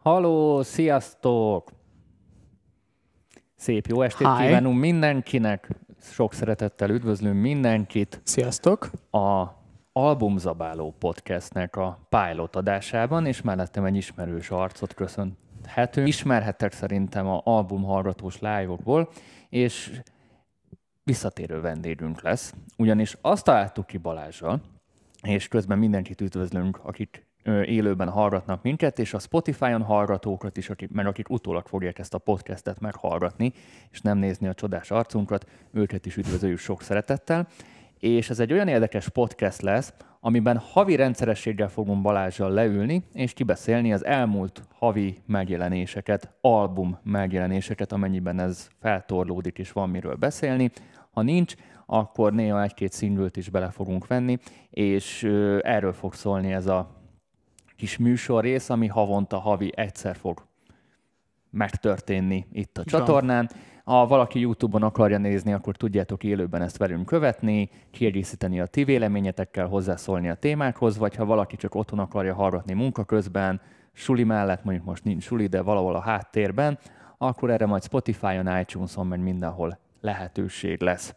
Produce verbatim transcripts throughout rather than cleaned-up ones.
Halló, sziasztok! Szép jó estét Hi. kívánunk mindenkinek, sok szeretettel üdvözlünk mindenkit Sziasztok! a Albumzabáló podcastnek a pilot adásában, és mellettem egy ismerős arcot köszönhetünk. Ismerhettek szerintem a albumhallgatós live-okból, és visszatérő vendégünk lesz, ugyanis azt találtuk ki Balázsral, és közben mindenkit üdvözlünk, akik élőben hallgatnak minket, és a Spotify-on hallgatókat is, akik, meg akik utólag fogják ezt a podcastet meghallgatni, és nem nézni a csodás arcunkat, őket is üdvözöljük sok szeretettel. És ez egy olyan érdekes podcast lesz, amiben havi rendszerességgel fogunk Balázsral leülni, és kibeszélni az elmúlt havi megjelenéseket, album megjelenéseket, amennyiben ez feltorlódik, és van miről beszélni. Ha nincs, akkor néha egy-két szinglet is bele fogunk venni, és erről fog szólni ez a kis műsorrész, ami havonta, havi egyszer fog megtörténni itt a csatornán. Ha valaki YouTube-on akarja nézni, akkor tudjátok élőben ezt velünk követni, kiegészíteni a ti véleményetekkel, hozzászólni a témákhoz, vagy ha valaki csak otthon akarja hallgatni munka közben, suli mellett, mondjuk most nincs suli, de valahol a háttérben, akkor erre majd Spotify-on, iTunes-on, meg mindenhol lehetőség lesz.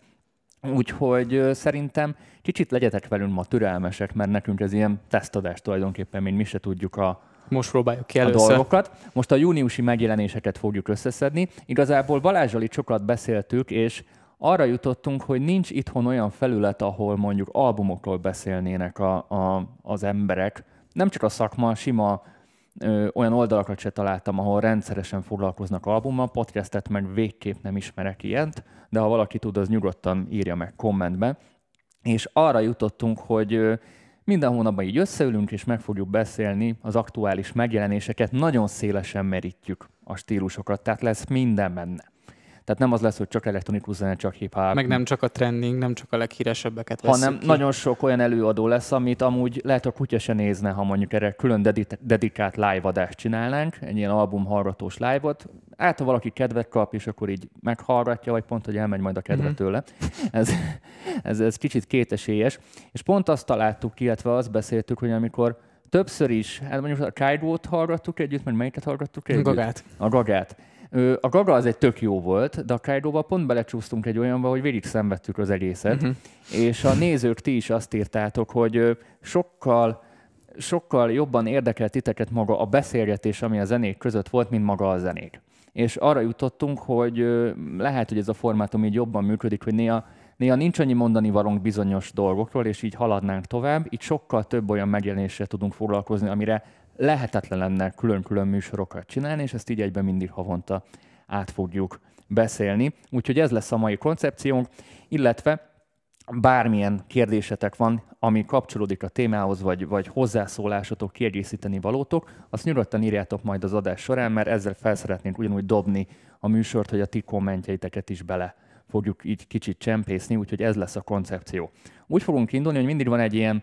Úgyhogy szerintem kicsit legyetek velünk ma türelmesek, mert nekünk ez ilyen tesztadás tulajdonképpen, még mi se tudjuk a, Most próbáljuk ki a először. dolgokat. Most a júniusi megjelenéseket fogjuk összeszedni. Igazából Balázsral itt sokat beszéltük, és arra jutottunk, hogy nincs itthon olyan felület, ahol mondjuk albumokról beszélnének a, a, az emberek. Nem csak a szakma, sima ö, olyan oldalakat se találtam, ahol rendszeresen foglalkoznak albummal, podcastet meg végképp nem ismerek ilyet, de ha valaki tud, az nyugodtan írja meg kommentbe. És arra jutottunk, hogy ö, minden hónapban így összeülünk, és meg fogjuk beszélni az aktuális megjelenéseket, nagyon szélesen merítjük a stílusokat, tehát lesz minden benne. Tehát nem az lesz, hogy csak elektronikus zene, csak hip-hop. Meg nem csak a trending, nem csak a leghíresebbeket veszünk Hanem ki. nagyon sok olyan előadó lesz, amit amúgy lehet, a kutya se nézne, ha mondjuk erre külön dedi- dedikált live-adást csinálnánk, egy ilyen albumhallgatós live-ot. Hát, ha valaki kedvet kap, és akkor így meghallgatja, vagy pont, hogy elmegy majd a kedve Mhm. tőle. Ez, ez, ez kicsit kétesélyes. És pont azt találtuk ki, illetve azt beszéltük, hogy amikor többször is, hát mondjuk a Kairót hallgattuk együtt, meg melyiket hallgattuk együtt? Gagát. A Gagát. Ö, A Gaga az egy tök jó volt, de a Kairóval pont belecsúsztunk egy olyanba, hogy végig szenvedtük az egészet. Mhm. És a nézők, ti is azt írtátok, hogy ö, sokkal, sokkal jobban érdekelt titeket maga a beszélgetés, ami a zenék között volt, mint maga a zenék. És arra jutottunk, hogy ö, lehet, hogy ez a formátum így jobban működik, hogy néha, néha nincs annyi mondani valónk bizonyos dolgokról, és így haladnánk tovább. Így sokkal több olyan megjelenésre tudunk foglalkozni, amire lehetetlen lenne külön-külön műsorokat csinálni, és ezt így egyben mindig havonta át fogjuk beszélni. Úgyhogy ez lesz a mai koncepciónk, illetve bármilyen kérdésetek van, ami kapcsolódik a témához, vagy, vagy hozzászólásotok, kiegészíteni valótok, azt nyugodtan írjátok majd az adás során, mert ezzel fel szeretnénk ugyanúgy dobni a műsort, hogy a ti kommentjeiteket is bele fogjuk így kicsit csempészni, úgyhogy ez lesz a koncepció. Úgy fogunk indulni, hogy mindig van egy ilyen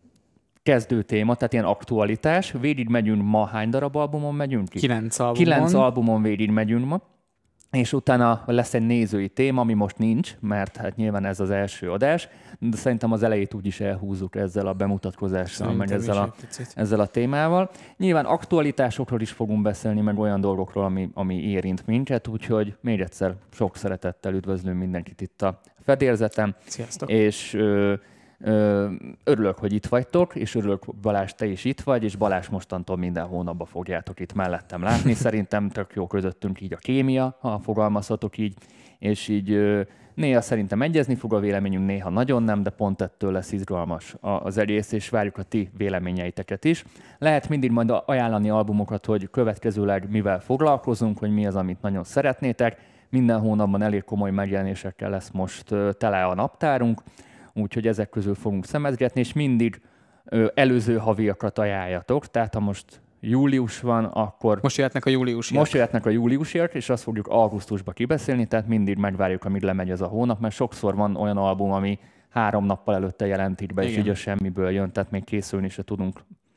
kezdő téma, tehát ilyen aktualitás. Végig megyünk ma, hány darab albumon megyünk ki? Kilenc albumon. Kilenc albumon végig megyünk ma, és utána lesz egy nézői téma, ami most nincs, mert hát nyilván ez az első adás, de szerintem az elejét úgyis elhúzzuk ezzel a bemutatkozással, Szerintem meg is ezzel a, egy picit. ezzel a témával. Nyilván aktualitásokról is fogunk beszélni, meg olyan dolgokról, ami, ami érint minket, úgyhogy még egyszer sok szeretettel üdvözlünk mindenkit itt a fedélzetem, Sziasztok. és ö, ö, örülök, hogy itt vagytok, és örülök, Balázs, te is itt vagy, és Balázs mostantól minden hónapban fogjátok itt mellettem látni. Szerintem tök jó közöttünk így a kémia, ha fogalmazhatok így, és így ö, néha szerintem egyezni fog a véleményünk, néha nagyon nem, de pont ettől lesz izgalmas az egész, és várjuk a ti véleményeiteket is. Lehet mindig majd ajánlani albumokat, hogy következőleg mivel foglalkozunk, hogy mi az, amit nagyon szeretnétek. Minden hónapban elég komoly megjelenésekkel lesz most ö, tele a naptárunk, úgyhogy ezek közül fogunk szemezgetni, és mindig ö, előző haviakat ajánljatok, tehát ha most július van, akkor Most jöhetnek a júliusiak. most jöhetnek a júliusiak, és azt fogjuk augusztusba kibeszélni, tehát mindig megvárjuk, amíg lemegy ez a hónap, mert sokszor van olyan album, ami három nappal előtte jelentik be, és Igen. így a semmiből jön, tehát még készülni se tudunk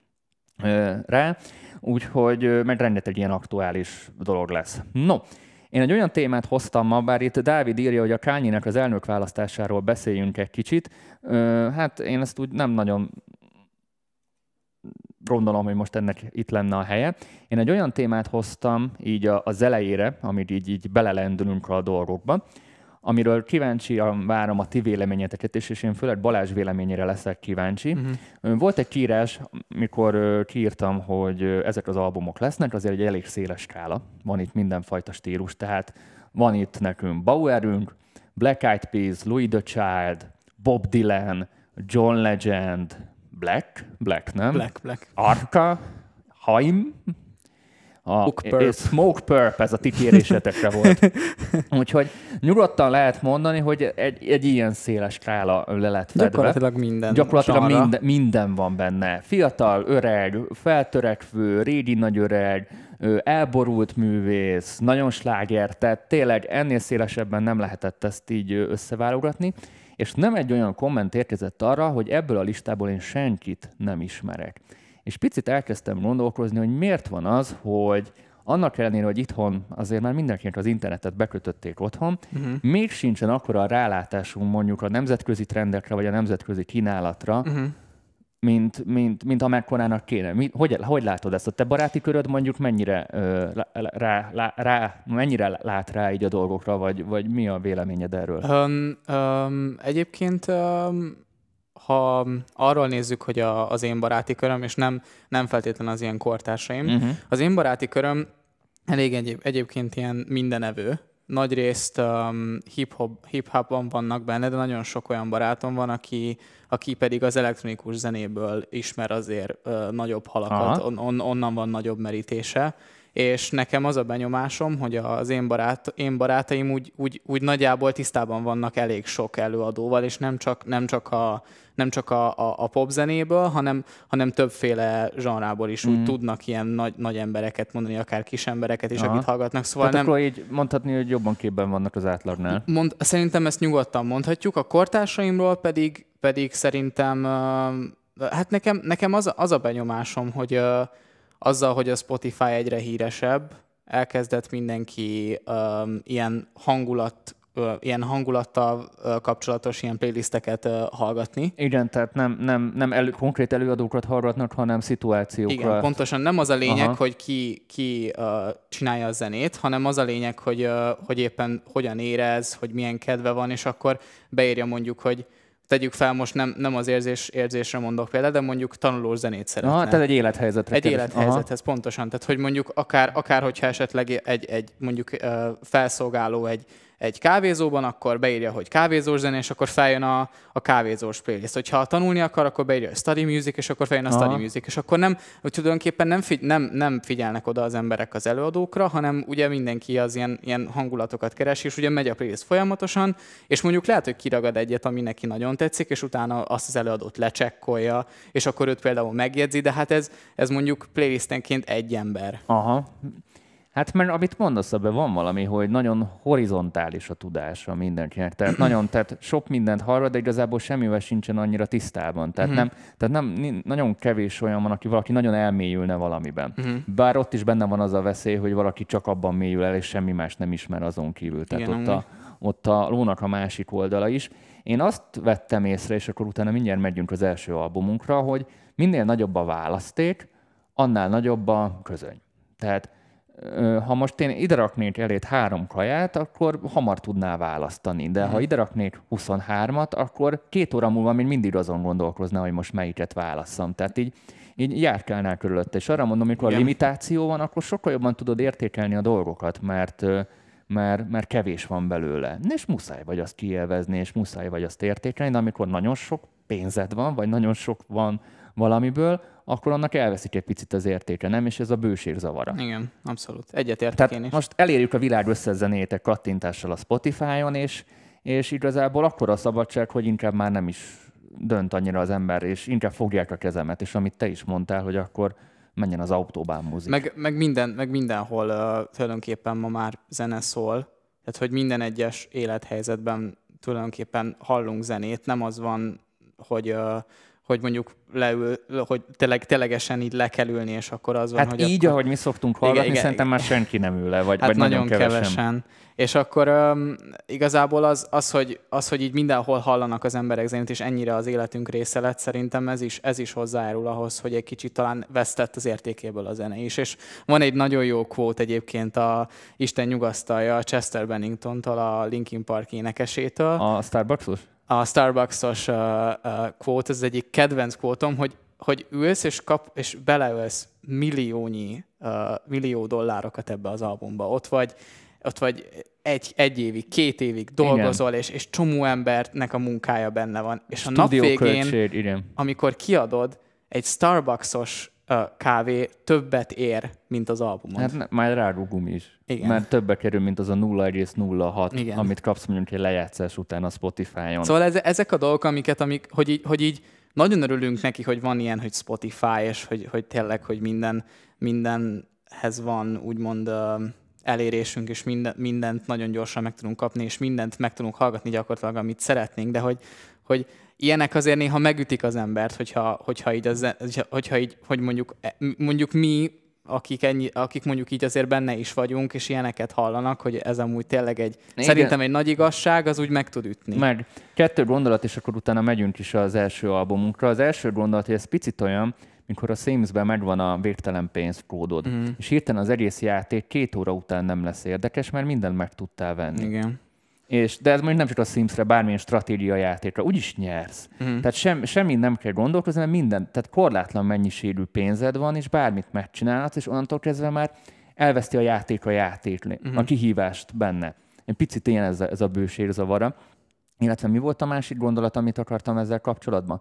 ö, rá, úgyhogy ö, meg rengeteg ilyen aktuális dolog lesz. No, én egy olyan témát hoztam ma, bár itt Dávid írja, hogy a Kanye-nek az elnökválasztásáról beszéljünk egy kicsit. Ö, hát én ezt úgy nem nagyon gondolom, hogy most ennek itt lenne a helye. Én egy olyan témát hoztam így az elejére, amit így, így belelendülünk a dolgokba, amiről kíváncsian várom a ti véleményeteket, és én főleg Balázs véleményére leszek kíváncsi. Uh-huh. Volt egy kiírás, mikor kiírtam, hogy ezek az albumok lesznek, azért egy elég széles skála. Van itt mindenfajta stílus, tehát van itt nekünk Bauerünk, Black Eyed Peas, Louis the Child, Bob Dylan, John Legend, Black, Black nem? Black, Black. Arca, Haim, a Smoke Purp, ez a ti kérésetekre volt. Úgyhogy nyugodtan lehet mondani, hogy egy, egy ilyen széles skála le lett fedve. Gyakorlatilag minden. Gyakorlatilag minden, minden van benne. Fiatal, öreg, feltörekvő, régi nagy öreg, elborult művész, nagyon sláger, tehát tényleg ennél szélesebben nem lehetett ezt így összeválogatni. És nem egy olyan komment érkezett arra, hogy ebből a listából én senkit nem ismerek. És picit elkezdtem gondolkozni, hogy miért van az, hogy annak ellenére, hogy itthon azért már mindenkinek az internetet bekötötték otthon, uh-huh. még sincsen akkora a rálátásunk mondjuk a nemzetközi trendekre, vagy a nemzetközi kínálatra, uh-huh. mint, mint, mint amekkorának kéne. Mi, hogy, hogy látod ezt? A te baráti köröd mondjuk mennyire, ö, rá, rá, rá, mennyire lát rá így a dolgokra, vagy, vagy mi a véleményed erről? Um, um, egyébként... Um... Ha arról nézzük, hogy a, az én baráti köröm, és nem, nem feltétlenül az ilyen kortársaim, uh-huh. az én baráti köröm elég egyéb, egyébként ilyen mindenevő. Nagyrészt um, hip-hop, hip-hopban vannak benne, de nagyon sok olyan barátom van, aki, aki pedig az elektronikus zenéből ismer azért uh, nagyobb halakat, on, on, onnan van nagyobb merítése. És nekem az a benyomásom, hogy az én, barát, én barátaim úgy, úgy, úgy nagyjából tisztában vannak elég sok előadóval, és nem csak, nem csak a, nem csak a, a, a popzenéből, hanem, hanem többféle zsanrából is mm. úgy tudnak ilyen nagy, nagy embereket mondani, akár kis embereket is, akit hallgatnak. Szóval tehát nem... akkor így mondhatni, hogy jobban képben vannak az átlagnál. Mond, szerintem ezt nyugodtan mondhatjuk. A kortársaimról pedig, pedig szerintem, hát nekem, nekem az, az a benyomásom, hogy azzal, hogy a Spotify egyre híresebb, elkezdett mindenki um, ilyen hangulat, uh, ilyen hangulattal uh, kapcsolatos ilyen playlisteket uh, hallgatni. Igen, tehát nem, nem, nem elő, konkrét előadókat hallgatnak, hanem szituációkra. Igen, pontosan. Nem az a lényeg, Aha. hogy ki, ki uh, csinálja a zenét, hanem az a lényeg, hogy, uh, hogy éppen hogyan érez, hogy milyen kedve van, és akkor beírja mondjuk, hogy tegyük fel, most nem, nem az érzés, érzésre mondok például, de mondjuk tanulós zenét szeretne. Aha, tehát egy élethelyzetre. Egy keres. élethelyzethez, aha. Pontosan. Tehát, hogy mondjuk akár, akár hogyha esetleg egy, egy mondjuk uh, felszolgáló egy, egy kávézóban, akkor beírja, hogy kávézós zene, és akkor feljön a, a kávézós playlist. Hogyha tanulni akar, akkor beírja, hogy study music, és akkor feljön a study aha. music. És akkor nem, hogy tulajdonképpen nem, figy- nem, nem figyelnek oda az emberek az előadókra, hanem ugye mindenki az ilyen, ilyen hangulatokat keres, és ugye megy a playlist folyamatosan, és mondjuk lehet, hogy kiragad egyet, ami neki nagyon tetszik, és utána azt az előadót lecsekkolja, és akkor őt például megjegyzi, de hát ez, ez mondjuk playlistenként egy ember. Aha. Hát mert amit mondasz, ebben van valami, hogy nagyon horizontális a tudása mindenkinek. Tehát nagyon, tehát sok mindent hallgat, de igazából semmivel sincsen annyira tisztában. Tehát, uh-huh. nem, tehát nem, nagyon kevés olyan van, aki valaki nagyon elmélyülne valamiben. Uh-huh. Bár ott is benne van az a veszély, hogy valaki csak abban mélyül el, és semmi más nem ismer azon kívül. Tehát igen, ott, a, ott a lónak a másik oldala is. Én azt vettem észre, és akkor utána mindjárt megyünk az első albumunkra, hogy minél nagyobb a választék, annál nagyobb a közöny. Tehát ha most én ide raknék elét három kaját, akkor hamar tudnál választani. De mm. ha ide raknék huszonhármat, akkor két óra múlva még mindig azon gondolkozna, hogy most melyiket válasszam. Tehát így, így járkálnál körülötte. És arra mondom, amikor igen. a limitáció van, akkor sokkal jobban tudod értékelni a dolgokat, mert, mert, mert kevés van belőle. És muszáj vagy azt kielvezni, és muszáj vagy azt értékelni, de amikor nagyon sok pénzed van, vagy nagyon sok van valamiből, akkor annak elveszik egy picit az értéke, nem? És ez a bőség zavara. Igen, abszolút. Egyetértek én is. Most elérjük a világ összes zenétek kattintással a Spotify-on, és, és igazából akkor a szabadság, hogy inkább már nem is dönt annyira az ember, és inkább fogják a kezemet, és amit te is mondtál, hogy akkor menjen az autóbán muzik. Meg, meg, minden, meg mindenhol uh, tulajdonképpen ma már zene szól, tehát hogy minden egyes élethelyzetben tulajdonképpen hallunk zenét, nem az van, hogy... Uh, hogy mondjuk leül, hogy tényleg, ténylegesen így le kell ülni, és akkor az van, hát hogy így, akkor... ahogy mi szoktunk hallgatni, igen, igen, szerintem már senki nem ül le, vagy, hát vagy nagyon, nagyon kevesen. kevesen. És akkor um, igazából az, az, hogy, az, hogy így mindenhol hallanak az emberek zenét, és ennyire az életünk része lett, szerintem ez is, ez is hozzájárul ahhoz, hogy egy kicsit talán vesztett az értékéből a zene is. És van egy nagyon jó quote egyébként, a Isten nyugasztalja, a Chester Benningtontól, a Linkin Park énekesétől. A Starbucks-os? A Starbucks-os uh, uh, quote, ez egyik kedvenc quote-om, hogy, hogy ülsz és, kap, és beleölsz milliónyi, uh, millió dollárokat ebbe az albumba. Ott vagy, ott vagy egy, egy évig, két évig dolgozol, és, és csomó embernek a munkája benne van. És a nap végén, amikor kiadod, egy Starbucks-os uh, kávé többet ér, mint az albumod. Hát ne, majd rárugum is. Igen. Mert többbe kerül, mint az a nulla egész nulla hat, igen, amit kapsz mondjuk egy lejátszás után a Spotify-on. Szóval ez, ezek a dolgok, amiket, amik, hogy, így, hogy így nagyon örülünk neki, hogy van ilyen, hogy Spotify, és hogy, hogy tényleg, hogy minden, mindenhez van úgymond uh, elérésünk, és minden, mindent nagyon gyorsan meg tudunk kapni, és mindent meg tudunk hallgatni gyakorlatilag, amit szeretnénk, de hogy, hogy ilyenek azért néha megütik az embert, hogyha, hogyha így, az, hogyha így hogy mondjuk, mondjuk mi, akik, ennyi, akik mondjuk így azért benne is vagyunk, és ilyeneket hallanak, hogy ez amúgy tényleg egy, igen, szerintem egy nagy igazság, az úgy meg tud ütni. Meg kettő gondolat, és akkor utána megyünk is az első albumunkra. Az első gondolat, hogy ez picit olyan, mikor a Sims-ben megvan a végtelen pénzkódod, mm. és hirtelen az egész játék két óra után nem lesz érdekes, mert mindent meg tudtál venni. Igen. És, de ez mondjuk nem csak a Sims-re, bármilyen stratégia játékra, úgyis nyersz. Mm. Tehát sem, semmi nem kell gondolkozni, mert minden, tehát korlátlan mennyiségű pénzed van, és bármit megcsinálhatsz, és onnantól kezdve már elveszti a játék a játék, mm. a kihívást benne. Egy picit ilyen ez a, ez a bőség zavara. Illetve mi volt a másik gondolat, amit akartam ezzel kapcsolatban?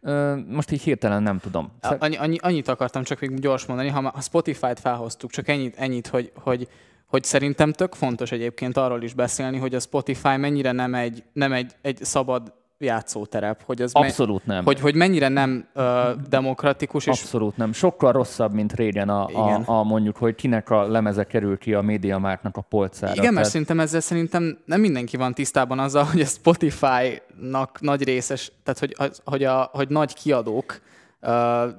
Most így hirtelen nem tudom. Annyi, annyi, annyit akartam csak még gyors mondani, ha a Spotify-t felhoztuk, csak ennyit, ennyit hogy, hogy, hogy szerintem tök fontos egyébként arról is beszélni, hogy a Spotify mennyire nem egy, nem egy, egy szabad játszóterep. Hogy az abszolút me- nem. Hogy, hogy mennyire nem uh, demokratikus. És... Abszolút nem. Sokkal rosszabb, mint régen a, a, a mondjuk, hogy kinek a lemeze kerül ki a MediaMarktnak a polcára. Igen, mert tehát... szerintem ezzel szerintem nem mindenki van tisztában azzal, hogy a Spotify-nak nagy részes, tehát hogy, hogy, a, hogy nagy kiadók uh,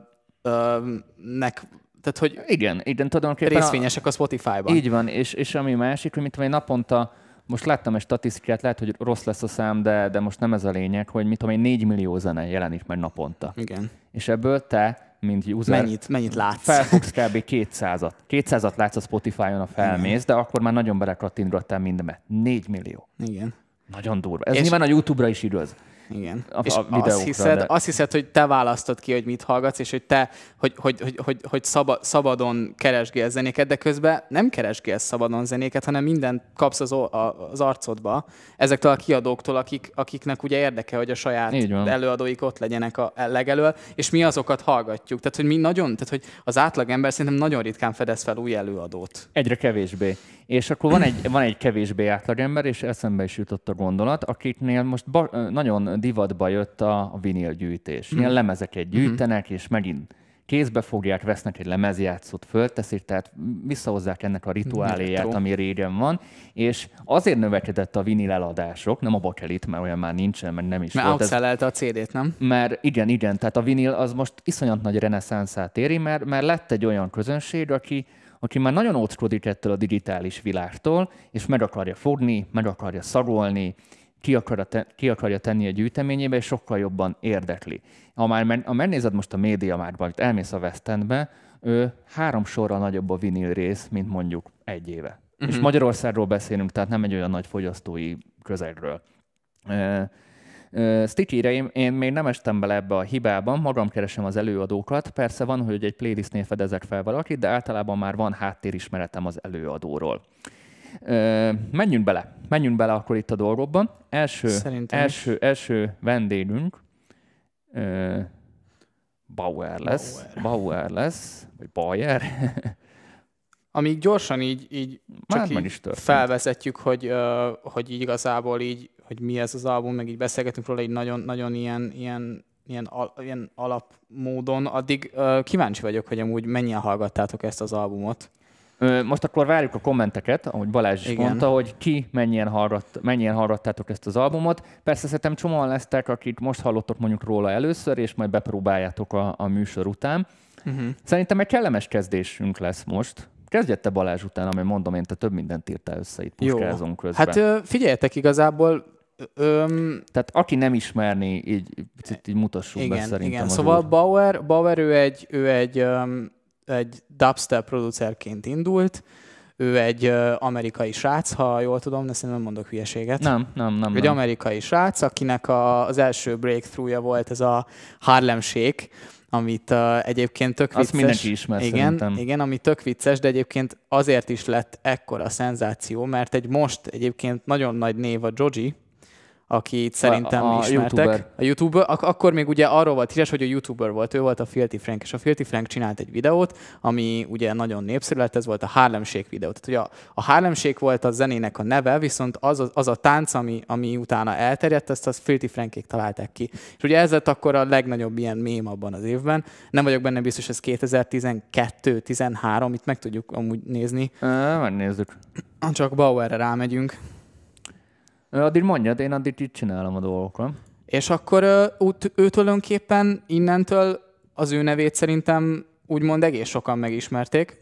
uh, nek tehát, hogy igen, igen, tudom, részvényesek a, a Spotify-ban. Így van, és, és ami másik, hogy mit tudom, naponta, most láttam egy statisztikát, lehet, hogy rossz lesz a szám, de, de most nem ez a lényeg, hogy mit tudom én, négy millió zene jelenik meg naponta. Igen. És ebből te, mint user, mennyit, mennyit látsz? felfogsz kb. kétszázat. kétszázat látsz a Spotify-on, a felmész, igen, de akkor már nagyon belekattintgattál mindenbe. négy millió. Igen. Nagyon durva. Ez és nyilván a YouTube-ra is igaz. Igen. A, és a azt, hiszed, de... azt hiszed, hogy te választod ki, hogy mit hallgatsz, és hogy te, hogy, hogy, hogy, hogy, hogy szaba, szabadon keresgélsz zenéket, de közben nem keresgélsz szabadon zenéket, hanem mindent kapsz az, az arcodba ezektől a kiadóktól, akik, akiknek ugye érdeke, hogy a saját előadóik ott legyenek a legelől, és mi azokat hallgatjuk. Tehát, hogy mi nagyon, tehát, hogy az átlagember szerintem nagyon ritkán fedez fel új előadót. Egyre kevésbé. És akkor van egy, van egy kevésbé átlagember, és eszembe is jutott a gondolat, akiknél most ba, nagyon divatba jött a, a vinilgyűjtés. Ilyen mm. lemezeket gyűjtenek, mm. és megint kézbe fogják, vesznek egy lemezjátszót, fölteszik, tehát visszahozzák ennek a rituáléját, ami régen van, és azért növekedett a vinil eladások, nem a bakelit, mert olyan már nincsen, mert nem is mert volt. Mert outszellelte a cé dét, nem? Mert igen, igen, tehát a vinil az most iszonyat nagy reneszánszát éri, mert, mert lett egy olyan közönség, aki aki már nagyon óckodik ettől a digitális világtól, és meg akarja fogni, meg akarja szagolni, ki akarja, te, ki akarja tenni a gyűjteményébe, és sokkal jobban érdekli. Ha már ha megnézed most a MediaMarktban, vagy elmész a West Endbe, ő három sorral nagyobb a vinil rész, mint mondjuk egy éve. Uh-huh. És Magyarországról beszélünk, tehát nem egy olyan nagy fogyasztói közegről. Uh, Sticky-re én, én még nem estem bele ebbe a hibában, magam keresem az előadókat. Persze van, hogy egy playlistnél fedezek fel valakit, de általában már van háttérismeretem az előadóról. Uh, menjünk bele, menjünk bele akkor itt a dolgokban. Első, első, első vendégünk uh, Bauer lesz, Bauer. Bauer lesz, vagy Bayer. Amíg gyorsan így, így csak így felvezetjük, hogy, uh, hogy így igazából így, hogy mi ez az album, meg így beszélgetünk róla így nagyon, nagyon ilyen, ilyen, ilyen, al, ilyen alapmódon, addig uh, kíváncsi vagyok, hogy amúgy mennyien hallgattátok ezt az albumot. Most akkor várjuk a kommenteket, ahogy Balázs is Igen. mondta, hogy ki mennyien, hallgat, mennyien hallgattátok ezt az albumot. Persze szerintem csomóan lesztek, akik most hallottok mondjuk róla először, és majd bepróbáljátok a, a műsor után. Uh-huh. Szerintem egy kellemes kezdésünk lesz most. Kezdjed te Balázs után, amely mondom én, te több mindent írtál össze itt puskázunk közben. Hát figyeljetek, igazából... Öm... Tehát aki nem ismerné, így, így, így mutassuk igen, be szerintem. Igen, szóval Bauer, Bauer ő egy... Ő egy um... egy dubstep producerként indult, ő egy uh, amerikai srác, ha jól tudom, de szerintem nem mondok hülyeséget. Nem, nem, nem. Egy nem. amerikai srác, akinek a, az első breakthrough-ja volt ez a Harlem Shake, amit uh, egyébként tök vicces. Azt mindenki ismer igen, szerintem. Igen, ami tök vicces, de egyébként azért is lett ekkora szenzáció, mert egy most egyébként nagyon nagy név a Joji, akit szerintem a, a ismertek. YouTuber. A YouTuber. Ak- akkor még ugye arról volt híres, hogy a YouTuber volt, ő volt a Filthy Frank, és a Filthy Frank csinált egy videót, ami ugye nagyon népszerű lett, ez volt a Harlem Shake videó. Tehát ugye a, a Harlem Shake volt a zenének a neve, viszont az a, az a tánc, ami, ami utána elterjedt, ezt az Filthy Frankék találták ki. És ugye ez lett akkor a legnagyobb ilyen mém abban az évben. Nem vagyok benne biztos, ez kétezer-tizenkettő tizenhárom, itt meg tudjuk amúgy nézni. Megnézzük. Csak Bauerre rámegyünk. Addig mondjad, én addig így csinálom a dolgokra. És akkor ő, ő tulajdonképpen innentől az ő nevét szerintem úgymond egész sokan megismerték.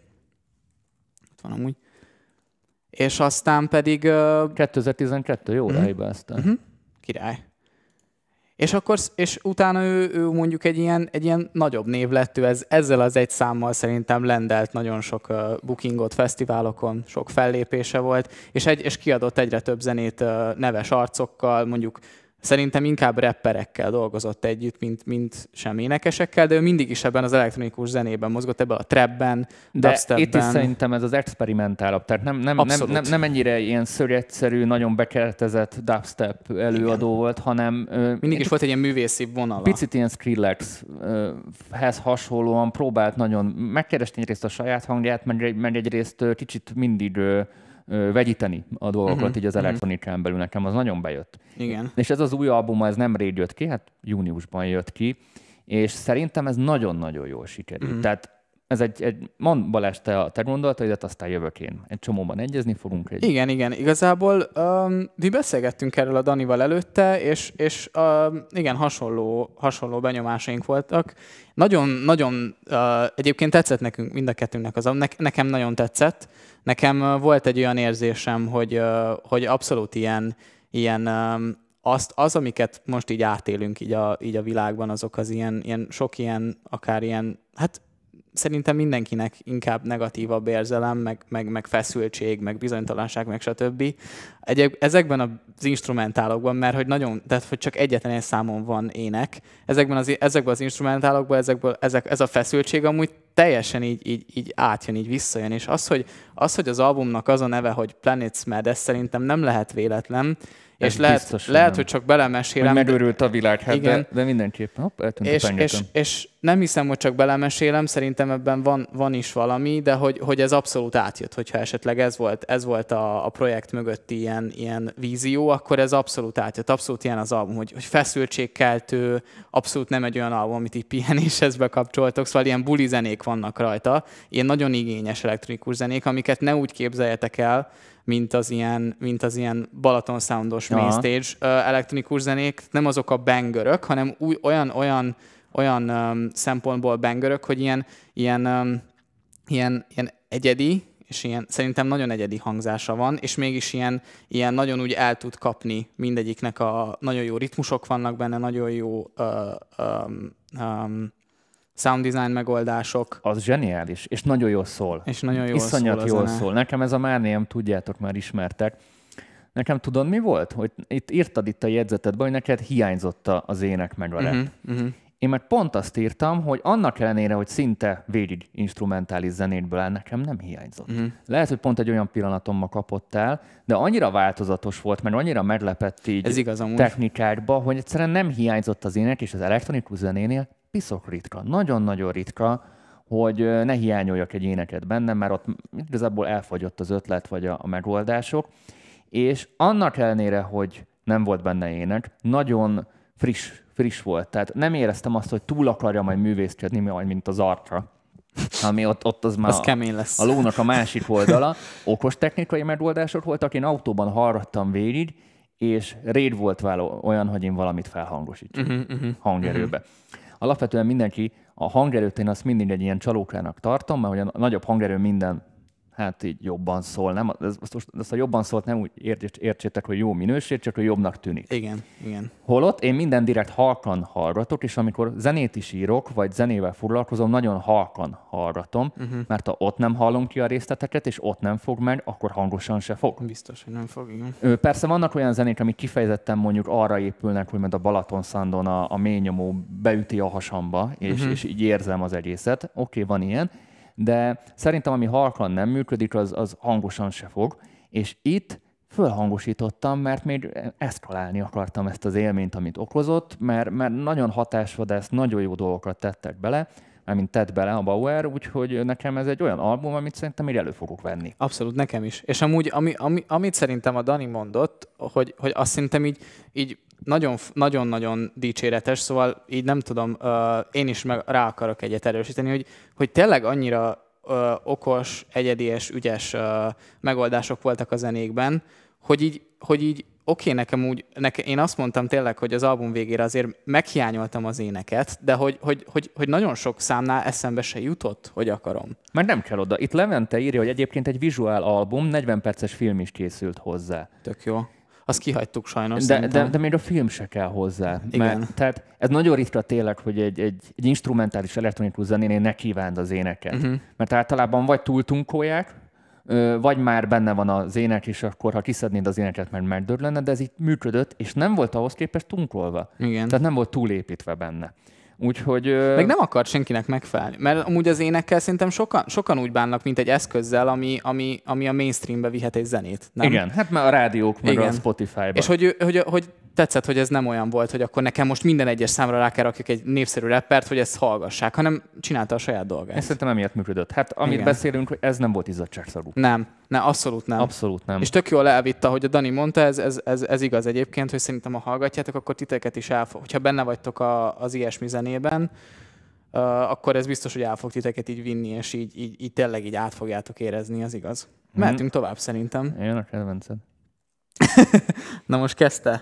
Itt van amúgy. És aztán pedig... kétezer-tizenkettő, jó, uh-huh. ráhibáztál. Uh-huh. Király. És akkor, és utána ő, ő mondjuk egy ilyen, egy ilyen nagyobb név lett, ő ez, ezzel az egy számmal szerintem lendelt nagyon sok uh, bookingot fesztiválokon, sok fellépése volt, és, egy, és kiadott egyre több zenét uh, neves arcokkal, mondjuk szerintem inkább rapperekkel dolgozott együtt, mint, mint sem énekesekkel, de ő mindig is ebben az elektronikus zenében mozgott, ebben a trapben, de dubstepben. Itt is szerintem ez az experimentálabb, tehát nem, nem, nem, nem, nem ennyire ilyen szörnyegyszerű, nagyon bekeretezett dubstep előadó Igen. volt, hanem... Mindig is volt egy ilyen művészi vonala. Picit ilyen Skrillexhez hasonlóan próbált nagyon megkeresni egyrészt a saját hangját, meg egyrészt kicsit mindig... vegyíteni a dolgokat uh-huh, így az elektronikán uh-huh. belül, nekem az nagyon bejött. Igen. És ez az új album, ez nemrég jött ki, hát júniusban jött ki, és szerintem ez nagyon-nagyon jól sikerült. Uh-huh. Tehát ez egy, egy mond Balázs, te a te gondolataidat, aztán jövök én. Egy csomóban egyezni fogunk. Egy... Igen, igen. Igazából um, mi beszélgettünk erről a Danival előtte, és, és um, igen, hasonló, hasonló benyomásaink voltak. Nagyon, nagyon uh, egyébként tetszett nekünk, mind a kettőnknek az, ne, nekem nagyon tetszett. Nekem uh, volt egy olyan érzésem, hogy, uh, hogy abszolút ilyen, ilyen um, azt, az, amiket most így átélünk így a, így a világban, azok az ilyen, ilyen sok ilyen, akár ilyen, hát szerintem mindenkinek inkább negatívabb érzelem, meg, meg, meg feszültség, meg bizonytalanság, meg stb. Egyéb, ezekben az instrumentálokban, mert hogy nagyon, tehát hogy csak egyetlen egy számon van ének, ezekben az, ezekben az instrumentálokban ezekből, ezek, ez a feszültség amúgy teljesen így, így, így átjön, így visszajön, és az hogy, az, hogy az albumnak az a neve, hogy Planets Mad, ez szerintem nem lehet véletlen, ez és lehet, lehet hogy csak belemesélem. Hogy megőrült a világ, hát de, de mindenképpen. Hopp, és, és, és nem hiszem, hogy csak belemesélem, szerintem ebben van, van is valami, de hogy, hogy ez abszolút átjött, hogyha esetleg ez volt, ez volt a, a projekt mögötti ilyen, ilyen vízió, akkor ez abszolút átjött. Abszolút ilyen az album, hogy, hogy feszültségkeltő, abszolút nem egy olyan album, amit így pihenéshez bekapcsoltok, szóval ilyen buli zenék vannak rajta, ilyen nagyon igényes elektronikus zenék, amiket ne úgy képzeljetek el, mint az ilyen, mint az ilyen Balaton Soundos main stage uh, elektronikus zenék, nem azok a bangerök, hanem új, olyan, olyan, olyan um, szempontból bangerök, hogy ilyen, ilyen, um, ilyen, ilyen egyedi, és ilyen, szerintem nagyon egyedi hangzása van, és mégis ilyen, ilyen nagyon úgy el tud kapni mindegyiknek, a nagyon jó ritmusok vannak benne, nagyon jó uh, um, um, sound design megoldások. Az zseniális, és nagyon jól szól. És nagyon jól Iszonyat szól jól szól. Nekem ez a Márném, tudjátok, már ismertek. Nekem tudod, mi volt? Hogy itt írtad itt a jegyzetedben, hogy neked hiányzott az ének meg a rap. Uh-huh, uh-huh. Én meg pont azt írtam, hogy annak ellenére, hogy szinte végig instrumentális zenéből áll, nekem nem hiányzott. Uh-huh. Lehet, hogy pont egy olyan pillanatommal kapott el, de annyira változatos volt, mert annyira meglepett így ez igaz, technikákba, hogy egyszerűen nem hiányzott az ének, és az elektronikus zenénél piszok ritka, nagyon-nagyon ritka, hogy ne hiányoljak egy éneket bennem, mert ott igazából elfogyott az ötlet vagy a, a megoldások. És annak ellenére, hogy nem volt benne ének, nagyon friss, friss volt. Tehát nem éreztem azt, hogy túl akarja majd művészkedni, majd mint az arca. ami ott, ott az már az kemény lesz. A lónak a másik oldala. Okos technikai megoldások voltak, én autóban hallgattam végig, és réd volt vele olyan, hogy én valamit felhangosítsak uh-huh, uh-huh, hangerőbe. Uh-huh. Alapvetően mindenki a hangerőt én azt mindig egy ilyen csalókának tartom, mert hogy a nagyobb hangerő minden hát így jobban szól. Nem? Ezt, ezt a jobban szólt nem úgy értsétek, hogy jó minőség, csak hogy jobbnak tűnik. Igen, igen. Holott én minden direkt halkan hallgatok, és amikor zenét is írok, vagy zenével foglalkozom, nagyon halkan hallgatom, uh-huh. mert ha ott nem hallom ki a részleteket, és ott nem fog meg, akkor hangosan se fog. Biztos, hogy nem fog, igen. Persze vannak olyan zenék, amik kifejezetten mondjuk arra épülnek, hogy majd a Balatonszandon a, a mélynyomó beüti a hasamba, és, uh-huh. és így érzem az egészet. Oké, okay, van ilyen. De szerintem, ami halkan nem működik, az, az hangosan se fog. És itt fölhangosítottam, mert még eszkalálni akartam ezt az élményt, amit okozott, mert, mert nagyon hatásvadász, nagyon jó dolgokat tettek bele, mármint tett bele a Bauer, úgyhogy nekem ez egy olyan album, amit szerintem még elő fogok venni. Abszolút, nekem is. És amúgy, ami, ami, amit szerintem a Dani mondott, hogy, hogy azt szerintem így, így nagyon-nagyon dicséretes, szóval így nem tudom, uh, én is meg rá akarok egyet erősíteni, hogy, hogy tényleg annyira uh, okos, egyedi és ügyes uh, megoldások voltak a zenékben, hogy így, hogy így oké, okay, nekem úgy, nekem, én azt mondtam tényleg, hogy az album végére azért meghiányoltam az éneket, de hogy, hogy, hogy, hogy nagyon sok számnál eszembe se jutott, hogy akarom. Mert nem kell oda. Itt Levente írja, hogy egyébként egy visual album, negyven perces film is készült hozzá. Tök jó. Azt kihagytuk sajnos. De, de, de még a film se kell hozzá. Igen. Mert, tehát ez nagyon ritka tényleg, hogy egy, egy, egy instrumentális elektronikus zenénél ne kívánd az éneket. Uh-huh. Mert általában vagy túltunkolják, vagy már benne van az ének, és akkor, ha kiszednéd az éneket, mert megdörlenne, de ez itt működött, és nem volt ahhoz képest tunkolva. Igen. Tehát nem volt túlépítve benne. Úgyhogy... Meg nem akart senkinek megfelelni, mert amúgy az énekkel szerintem sokan, sokan úgy bánnak, mint egy eszközzel, ami, ami, ami a mainstreambe vihet egy zenét. Nem? Igen, hát már a rádiók, meg igen. a Spotify-ban. És hogy, hogy, hogy tetszett, hogy ez nem olyan volt, hogy akkor nekem most minden egyes számra rá kell rakjuk egy népszerű rappert, hogy ezt hallgassák, hanem csinálta a saját dolgát. Ezt szerintem emiatt működött. Hát amit igen. beszélünk, hogy ez nem volt izzadságszagú. Nem, nem, abszolút nem. Abszolút nem. És tök jól elvitte, hogy a Dani mondta, ez, ez, ez, ez igaz egyébként, hogy szerintem ha hallgatjátok, akkor titeket is elfog. Hogyha benne vagytok a, az ilyesmi zenében, uh, akkor ez biztos, hogy el fog titeket így vinni, és így, így, így tényleg így át fogjátok érezni, az igaz. Hmm. Mehetünk tovább szerintem. Jön a kedvenced. Na most kezdte.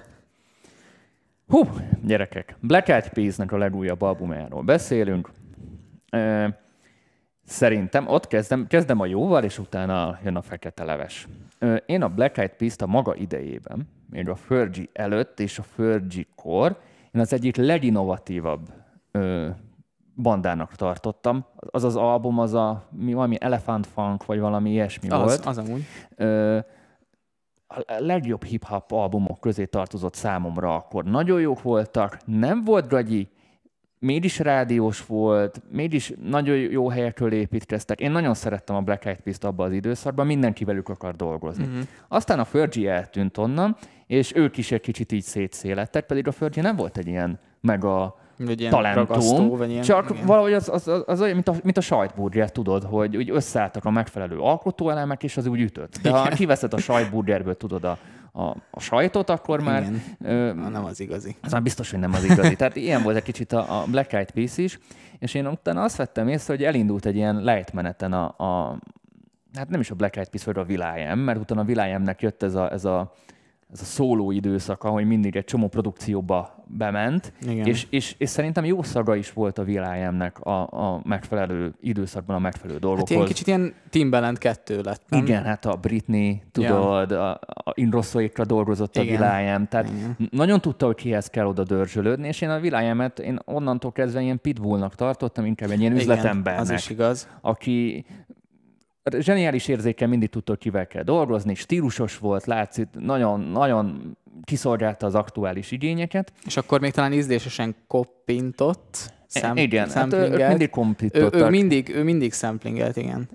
Hú, gyerekek, Black Eyed Peas-nek a legújabb albumáról beszélünk. E, szerintem ott kezdem, kezdem a jóval, és utána jön a fekete leves. E, én a Black Eyed Peas-t a maga idejében, még a Fergie előtt és a Fergie-kor, én az egyik leginnovatívabb ö, bandának tartottam. Az az album, az a mi, valami Elephant Funk, vagy valami ilyesmi az, volt. Az amúgy. Ö, a legjobb hip-hop albumok közé tartozott számomra akkor. Nagyon jók voltak, nem volt gagyi, mégis rádiós volt, mégis nagyon jó helyekről építkeztek. Én nagyon szerettem a Black Eyed Peas-t abban az időszakban, mindenki velük akar dolgozni. Uh-huh. Aztán a Fergie eltűnt onnan, és ők is egy kicsit így szétszélettek, pedig a Fergie nem volt egy ilyen mega talentum, ilyen, csak igen. valahogy az, az, az, az olyan, mint a, mint a sajtburger, tudod, hogy úgy összeálltak a megfelelő alkotóelemek, és az úgy ütött. De igen. ha kiveszed a sajtburgerből, tudod, a, a, a sajtot, akkor már... Ö, nem az igazi. Az már biztos, hogy nem az igazi. Tehát ilyen volt egy kicsit a, a Black Eyed Peas is, és én utána azt vettem észre, hogy elindult egy ilyen lejtmeneten a, a hát nem is a Black Eyed Peas, vagy a will.i.am, mert utána a will.i.amnek jött ez a, ez a ez a szóló időszaka, hogy mindig egy csomó produkcióba bement, és, és, és szerintem jó szaga is volt a will.i.amnek a, a megfelelő időszakban a megfelelő dolgokhoz. Hát ilyen kicsit ilyen Timbaland kettő lett, nem? Igen, hát a Britney, tudod, ja. a, a Inrossoékra dolgozott igen. a will.i.am, tehát igen. nagyon tudta, hogy kihez kell oda dörzsölődni, és én a will.i.am-et én onnantól kezdve ilyen pitbullnak tartottam, inkább egy ilyen igen, üzletembernek. Az is igaz. Aki zseniális érzékkel mindig tudta, hogy kivel kell dolgozni, stílusos volt, látszik, nagyon, nagyon kiszolgálta az aktuális igényeket. És akkor még talán ízlésesen koppintott, szem, igen, hát ők mindig kompintottak. Ő, ő, mindig, ő mindig samplingelt, igen.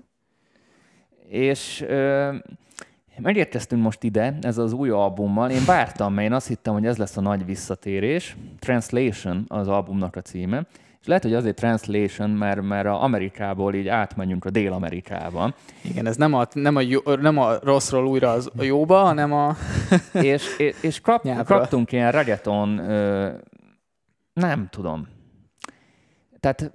És ö, megérkeztünk most ide, ez az új albummal. Én vártam, mert én azt hittem, hogy ez lesz a nagy visszatérés. Translation az albumnak a címe. És lehet, hogy azért translation, mert, mert a Amerikából így átmenjünk a Dél-Amerikába. Igen, ez nem a, nem a, jó, nem a rosszról újra az a jóba, hanem a... és és, és kap, kaptunk ilyen reggaeton, ö, nem tudom. Tehát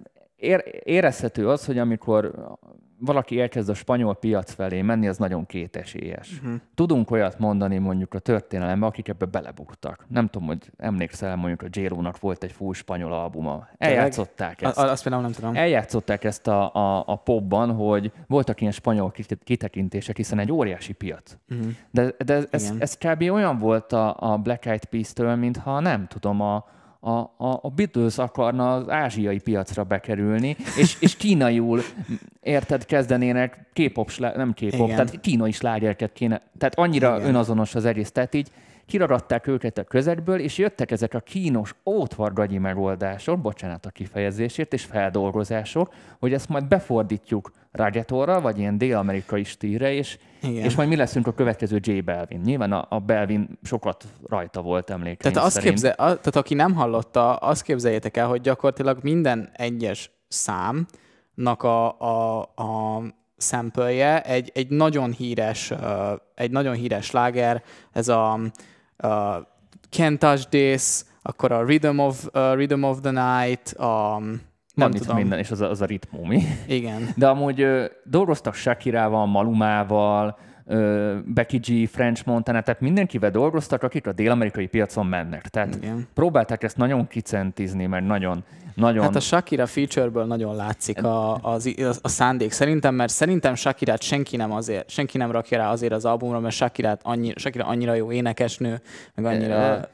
ér, érezhető az, hogy amikor valaki elkezd a spanyol piac felé menni, az nagyon kétesélyes. Uh-huh. Tudunk olyat mondani mondjuk a történelemben, akik ebbe belebuktak. Nem tudom, hogy emlékszel, mondjuk a J-Lo-nak volt egy full spanyol albuma. Eljátszották ezt. A, azt például nem tudom. Eljátszották ezt a, a, a popban, hogy voltak ilyen spanyol kitekintések, hiszen egy óriási piac. Uh-huh. De, de ez, ez kb. Olyan volt a, a Black Eyed Peas-től, mintha nem tudom, a A, a, a Beatles akarna az ázsiai piacra bekerülni, és, és kínaiul, érted, kezdenének K-pop, nem K-pop, tehát kínai slágereket kéne. Tehát annyira Igen. önazonos az egész. Tehát így kiragadták őket a közegből, és jöttek ezek a kínos, ótvargagyi megoldások, bocsánat a kifejezésért, és feldolgozások, hogy ezt majd befordítjuk reggaetonra, vagy ilyen dél-amerikai stílre, és, és majd mi leszünk a következő J Balvin. Nyilván a, a Balvin sokat rajta volt, emlékeim tehát szerint. Képzel, a, tehát aki nem hallotta, azt képzeljétek el, hogy gyakorlatilag minden egyes számnak a, a, a sample-je egy, egy nagyon híres, uh, egy nagyon híres sláger, ez a uh, Can't Touch This, akkor a Rhythm of, uh, Rhythm of the Night, a nem Van tudom. Minden, és az a, az a ritmó, mi? Igen. De amúgy ö, dolgoztak Shakirával, Malumával, ö, Becky G, French Montana, tehát mindenkivel dolgoztak, akik a dél-amerikai piacon mennek. Tehát Igen. próbálták ezt nagyon kicentizni, mert nagyon, nagyon... Hát a Shakira featureből nagyon látszik a, a, a szándék szerintem, mert szerintem Shakirát senki nem azért, senki nem rakja rá azért az albumra, mert Shakirát annyi, Shakira annyira jó énekesnő, meg annyira...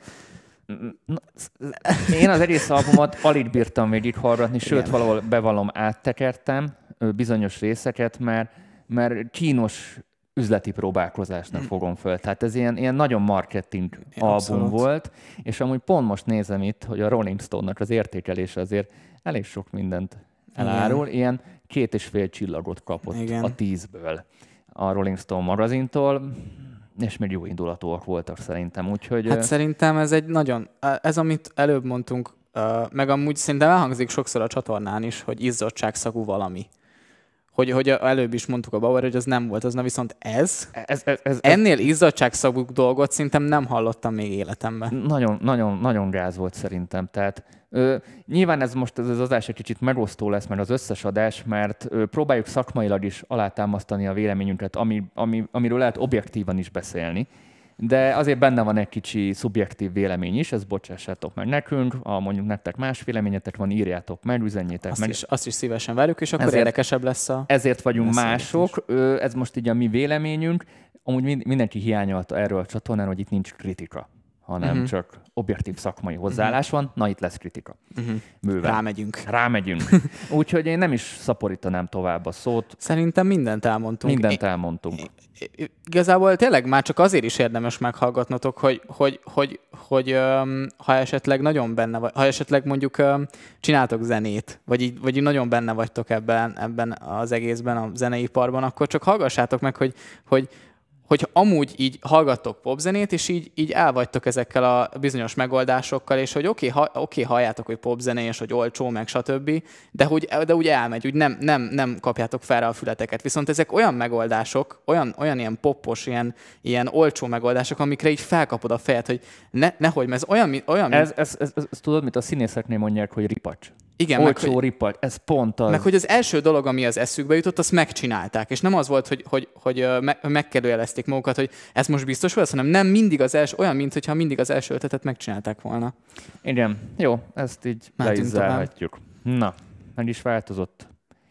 Én az egész albumot alig bírtam végighallgatni, sőt, valahol bevallom, áttekertem bizonyos részeket, mert, mert kínos üzleti próbálkozásnak fogom föl. Tehát ez ilyen, ilyen nagyon marketing ja, album abszolút. Volt, és amúgy pont most nézem itt, hogy a Rolling Stone-nak az értékelése azért elég sok mindent elárul. Igen. Ilyen két és fél csillagot kapott Igen. a tízből a Rolling Stone magazintól. És még jó indulatúak voltak szerintem, úgyhogy... Hát szerintem ez egy nagyon... Ez, amit előbb mondtunk, meg amúgy szerintem elhangzik sokszor a csatornán is, hogy izzadságszagú valami. Hogy, hogy előbb is mondtuk a Bauer, hogy az nem volt, az na viszont ez, ez, ez, ez ennél izzadságszagú dolgot szerintem nem hallottam még életemben. Nagyon, nagyon, nagyon gáz volt szerintem, tehát ö, nyilván ez most ez az adás egy kicsit megosztó lesz, mert az összes adás, mert ö, próbáljuk szakmailag is alátámasztani a véleményünket, ami, ami, amiről lehet objektívan is beszélni. De azért benne van egy kicsi szubjektív vélemény is, ezt bocsássátok meg nekünk, ha mondjuk nektek más véleményetek van, írjátok meg, üzenjétek azt meg. Is, azt is szívesen várjuk, és akkor ezért, érdekesebb lesz a... Ezért vagyunk mások, ez most így a mi véleményünk. Amúgy mindenki hiányolta erről a csatornán, hogy itt nincs kritika, hanem uh-huh. csak objektív szakmai hozzáállás uh-huh. van, na itt lesz kritika. Uh-huh. Bőven. Rámegyünk. Rámegyünk. Úgyhogy én nem is szaporítanám tovább a szót. Szerintem mindent elmondtunk. Mindent elmondtunk. Én, igazából tényleg már csak azért is érdemes meghallgatnotok, hogy, hogy, hogy, hogy um, ha esetleg nagyon benne vagy, ha esetleg mondjuk um, csináltok zenét, vagy így, vagy így nagyon benne vagytok ebben, ebben az egészben, a zeneiparban, akkor csak hallgassátok meg, hogy, hogy hogy amúgy így hallgattok popzenét, és így, így elvagytok ezekkel a bizonyos megoldásokkal, és hogy oké, okay, ha, okay, halljátok, hogy popzené, és hogy olcsó, meg stb., de, hogy, de úgy elmegy, úgy nem, nem, nem kapjátok fel rá a fületeket. Viszont ezek olyan megoldások, olyan, olyan ilyen poppos, ilyen, ilyen olcsó megoldások, amikre így felkapod a fejed, hogy ne, nehogy, mert ez olyan, olyan mint... Ez, ez, ez, ez, ez tudod, mint a színészeknél mondják, hogy ripacs. Igen, olcsó meg, hogy, ripacs, ez pont az. Meg hogy az első dolog, ami az eszükbe jutott, azt megcsinálták. És nem az volt, hogy, hogy, hogy me, megkérdőjelezték magukat, hogy ez most biztos volt, hanem nem mindig az első, olyan, mintha mindig az első ötletet megcsinálták volna. Igen, jó, ezt így le is zárhatjuk. Na, meg is változott.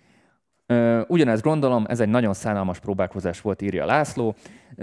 Ugyanezt gondolom, ez egy nagyon szánalmas próbálkozás volt, írja László.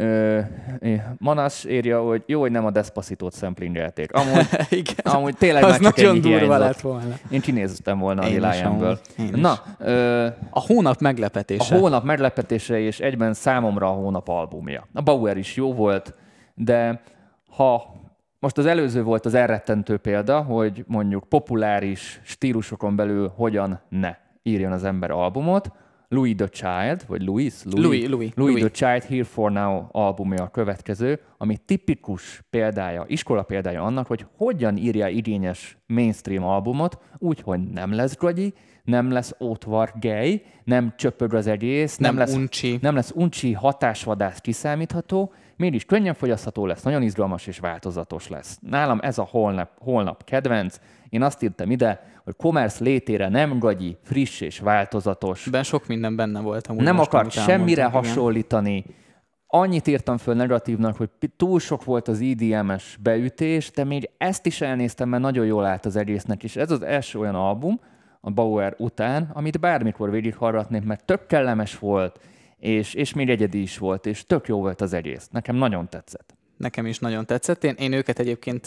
Manas írja, hogy jó, hogy nem a Despacitót szemplingelték. Amúgy, amúgy tényleg az már csak ennyi hiányzott. Volna. Én kinéztem volna a Lionsből. Na, ö, a hónap meglepetése. A hónap meglepetése, és egyben számomra a hónap albumja. A Bauer is jó volt, de ha most az előző volt az elrettentő példa, hogy mondjuk populáris stílusokon belül hogyan ne írjon az ember albumot. Louis the Child, vagy Louis? Louis, Louis, Louis, Louis the Child Here for Now albumja a következő, ami tipikus példája, iskola példája annak, hogy hogyan írja igényes mainstream albumot, úgy, hogy nem lesz gagyi, nem lesz ótvar gay, nem csöpög az egész, nem, nem lesz uncsi, nem lesz uncsi, hatásvadász, kiszámítható, mégis könnyen fogyasztható lesz, nagyon izgalmas és változatos lesz. Nálam ez a holnap, holnap kedvenc. Én azt írtam ide, hogy Commerce létére nem gagyi, friss és változatos. Ben sok minden benne volt. Nem akart semmire mondtam, hasonlítani. Igen. Annyit írtam föl negatívnak, hogy túl sok volt az I D M-es beütés, de még ezt is elnéztem, mert nagyon jól állt az egésznek, és ez az első olyan album a Bauer után, amit bármikor végighallgatnék, mert tök kellemes volt, és, és még egyedi is volt, és tök jó volt az egész. Nekem nagyon tetszett. Nekem is nagyon tetszett. Én, én őket egyébként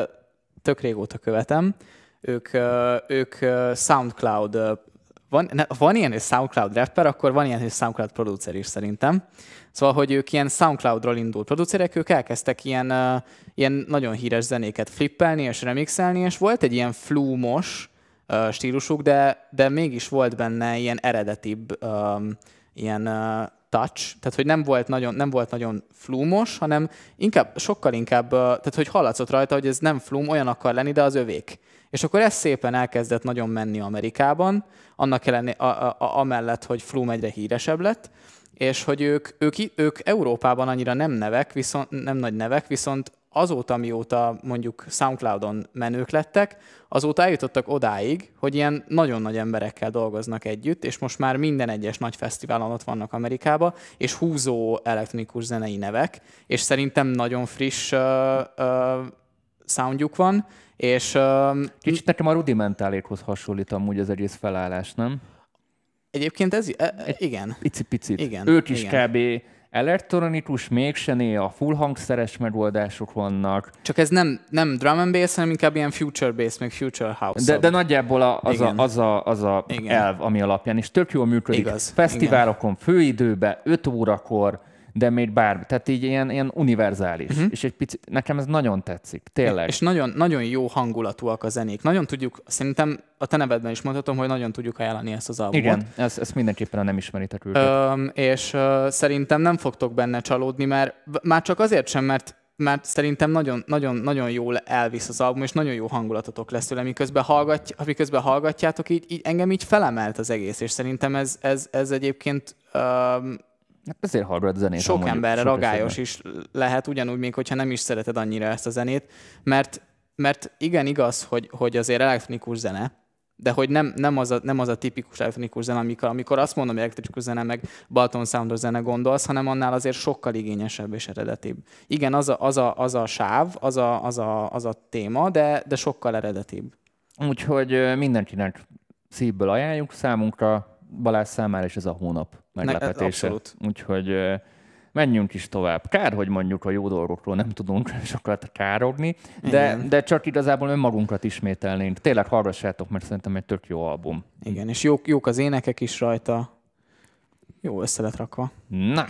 tök régóta követem. Ők, ők SoundCloud, van, ne, van ilyen, hogy SoundCloud rapper, akkor van ilyen, hogy SoundCloud producer is szerintem. Szóval, hogy ők ilyen SoundCloudról indult producerek, ők elkezdtek ilyen, ilyen nagyon híres zenéket flippelni és remixelni, és volt egy ilyen flumos stílusuk, de, de mégis volt benne ilyen eredetibb um, ilyen uh, touch, tehát hogy nem volt nagyon, nem volt nagyon flumos, hanem inkább, sokkal inkább, uh, tehát hogy hallatszott rajta, hogy ez nem flum, olyan akar lenni, de az övék. És akkor ez szépen elkezdett nagyon menni Amerikában, annak ellenére, a, a, a, amellett, hogy flum egyre híresebb lett, és hogy ők, ők, ők Európában annyira nem nevek, viszont, nem nagy nevek, viszont azóta, mióta mondjuk SoundCloudon menők lettek, azóta eljutottak odáig, hogy ilyen nagyon nagy emberekkel dolgoznak együtt, és most már minden egyes nagy fesztiválon ott vannak Amerikába, és húzó elektronikus zenei nevek, és szerintem nagyon friss uh, uh, soundjuk van, és... Uh, Kicsit nekem a rudimentálékhoz hasonlít amúgy az egész felállás, nem? Egyébként ez... E, igen. Picit-picit. Igen, ők is igen. kb. Elektronikus, mégsem a full hangszeres megoldások vannak. Csak ez nem, nem drum and bass, hanem inkább ilyen future bass, meg future house. De, de nagyjából a, az, a, az a, az a elv, ami alapján is tök jól működik. Igaz. Fesztiválokon, főidőben, öt órakor, de még bármi. Tehát így ilyen, ilyen univerzális. Uh-huh. És egy picit, nekem ez nagyon tetszik, tényleg. És nagyon, nagyon jó hangulatúak a zenék. Nagyon tudjuk, szerintem a te nevedben is mondhatom, hogy nagyon tudjuk ajánlani ezt az albumot. Igen, ezt, ezt mindenképpen a nem ismeritek őket. Öm, és uh, szerintem nem fogtok benne csalódni, mert már csak azért sem, mert mert szerintem nagyon, nagyon, nagyon jól elvisz az album, és nagyon jó hangulatotok lesz tőle, miközben, hallgatj, miközben hallgatjátok, így, így engem így felemelt az egész, és szerintem ez, ez, ez egyébként um, hát ezért hallgat zenét. Sok emberre ragályos is lehet, ugyanúgy, még hogyha nem is szereted annyira ezt a zenét, mert, mert igen, igaz, hogy, hogy azért elektronikus zene, de hogy nem, nem, az, a, nem az a tipikus elektronikus zene, amikor, amikor azt mondom, hogy elektronikus zene, meg Balaton Soundos zene gondolsz, hanem annál azért sokkal igényesebb és eredetibb. Igen, az a, az a, az a sáv, az a, az a, az a téma, de, de sokkal eredetibb. Úgyhogy mindenkinek szívből ajánljuk, számunkra Balázs számára is ez a hónap meglepetése. Abszolút. Úgyhogy menjünk is tovább. Kár, hogy mondjuk a jó dolgokról nem tudunk sokat károgni, de, de csak igazából önmagunkat ismételnénk. Tényleg hallgassátok, mert szerintem egy tök jó album. Igen, és jók, jók az énekek is rajta. Jó össze lett rakva. Na.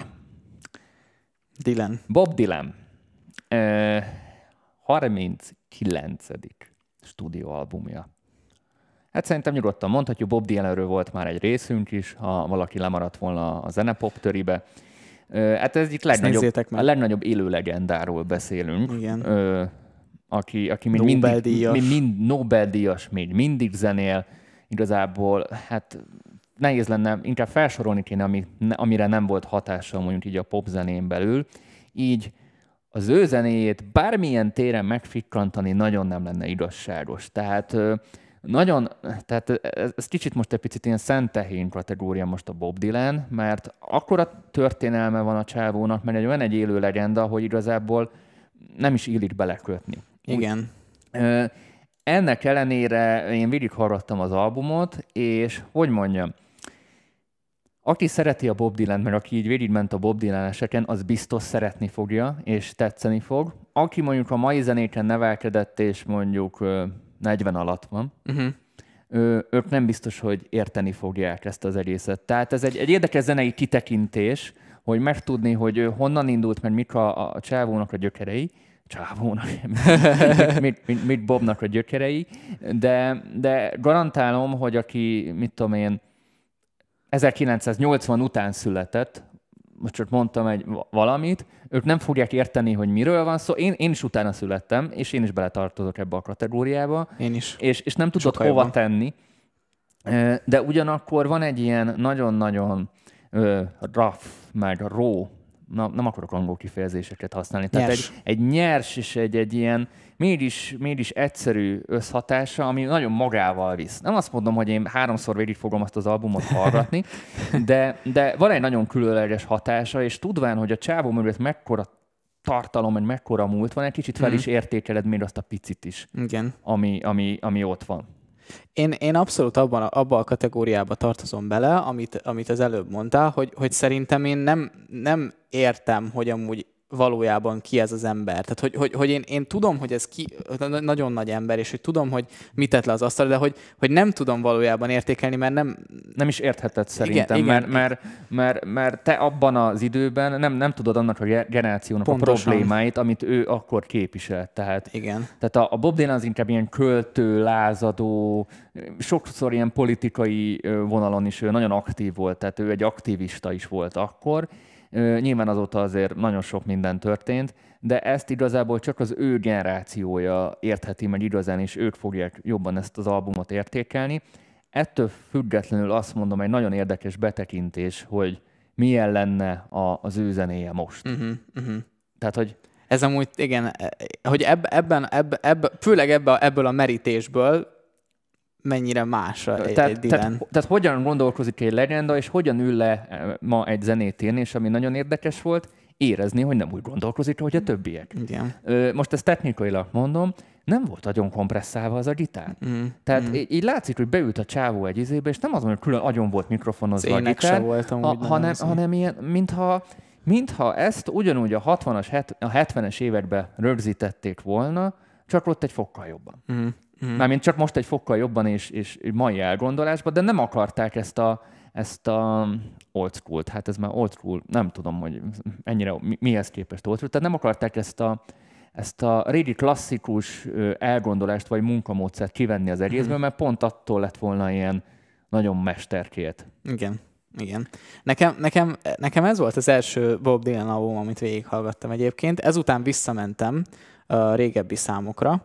Dylan. Bob Dylan. Uh, harminckilencedik stúdióalbumja. Hát szerintem nyugodtan mondhatjuk, Bob Dylanről volt már egy részünk is, ha valaki lemaradt volna a zenepop töribe. Hát ez itt legnagyobb, a legnagyobb élő legendáról beszélünk. Igen. Ö, aki, aki még Nobel-díjas. mindig, mind, Nobel-díjas, még mindig zenél. Igazából hát nehéz lenne, inkább felsorolni kéne, ami, amire nem volt hatása mondjuk így a popzenén belül. Így az ő zenéjét bármilyen téren megfikkantani nagyon nem lenne igazságos. Tehát nagyon, tehát ez, ez kicsit most egy picit ilyen szentehén kategória most a Bob Dylan, mert akkora történelme van a csávónak, mert egy olyan egy élő legenda, hogy igazából nem is illik belekötni. Igen. Úgy, ennek ellenére én végighallgattam az albumot, és hogy mondjam, aki szereti a Bob Dylan, mert aki így végigment a Bob Dylan eseken, az biztos szeretni fogja, és tetszeni fog. Aki mondjuk a mai zenéken nevelkedett, és mondjuk negyven alatt van, uh-huh. Ő, ők nem biztos, hogy érteni fogják ezt az egészet. Tehát ez egy, egy érdekes zenei kitekintés, hogy megtudni, hogy honnan indult, mert mik a, a csávónak a gyökerei, csávónak, mit, mit, mit Bobnak a gyökerei, de, de garantálom, hogy aki, mit tudom én, ezerkilencszáznyolcvan után született, most csak mondtam egy valamit, ők nem fogják érteni, hogy miről van szó. Én, én is utána születtem, és én is beletartozok ebbe a kategóriába. Én is. És, és nem tudod Sokkal hova jobban. tenni. De ugyanakkor van egy ilyen nagyon-nagyon uh, rough, meg raw na, nem akarok angol kifejezéseket használni. Tehát egy, egy nyers és egy, egy ilyen mégis, mégis egyszerű összhatása, ami nagyon magával visz. Nem azt mondom, hogy én háromszor végig fogom azt az albumot hallgatni, de, de van egy nagyon különleges hatása, és tudván, hogy a csávó mögött mekkora tartalom, hogy mekkora múlt van, egy kicsit fel is értékeled még azt a picit is, igen. Ami, ami, ami ott van. Én, én abszolút abban a, abban a kategóriába tartozom bele, amit, amit az előbb mondtál, hogy, hogy szerintem én nem, nem értem, hogy amúgy valójában ki ez az ember. Tehát, hogy, hogy, hogy én, én tudom, hogy ez ki, nagyon nagy ember, és hogy tudom, hogy mit tett le az asztalra, de hogy, hogy nem tudom valójában értékelni, mert nem... Nem is értheted szerintem, igen, mert, igen. Mert, mert, mert te abban az időben nem, nem tudod annak a generációnak Pontosan. a problémáit, amit ő akkor képviselt. Tehát, igen. tehát a, a Bob Dylan az inkább ilyen költő, lázadó, sokszor ilyen politikai vonalon is ő nagyon aktív volt, tehát ő egy aktivista is volt akkor. Nyilván azóta azért nagyon sok minden történt, de ezt igazából csak az ő generációja értheti meg igazán, és ők fogják jobban ezt az albumot értékelni. Ettől függetlenül azt mondom, egy nagyon érdekes betekintés, hogy milyen lenne a, az ő zenéje most. Uh-huh, uh-huh. Tehát, hogy... Ez amúgy, igen, hogy eb, ebben, eb, eb, főleg ebbe, ebből a merítésből mennyire más egy, tehát, egy Dylan. Tehát, tehát hogyan gondolkozik egy legenda, és hogyan ül le ma egy zenét írni, és ami nagyon érdekes volt, érezni, hogy nem úgy gondolkozik, hogy a többiek. Igen. Most ezt technikailag mondom, nem volt agyon kompresszálva az a gitár. Mm. Tehát mm. így látszik, hogy beült a csávó egy izébe, és nem az, hogy külön agyon volt mikrofonozva a gitár, voltam, a, hanem, hanem ilyen, mintha, mintha ezt ugyanúgy a hatvanas, a hetvenes években rögzítették volna, csak ott egy fokkal jobban. Mm. Mm. Mármint csak most egy fokkal jobban és, és mai elgondolásban, de nem akarták ezt a, ezt a old school-t, hát ez már old school, nem tudom, hogy ennyire mi, mihez képest old school, tehát nem akarták ezt a, ezt a régi klasszikus elgondolást vagy munkamódszert kivenni az egészből, mert pont attól lett volna ilyen nagyon mesterkélt. Igen. Igen. Nekem, nekem, nekem ez volt az első Bob Dylan album, amit végighallgattam egyébként. Ezután visszamentem a régebbi számokra,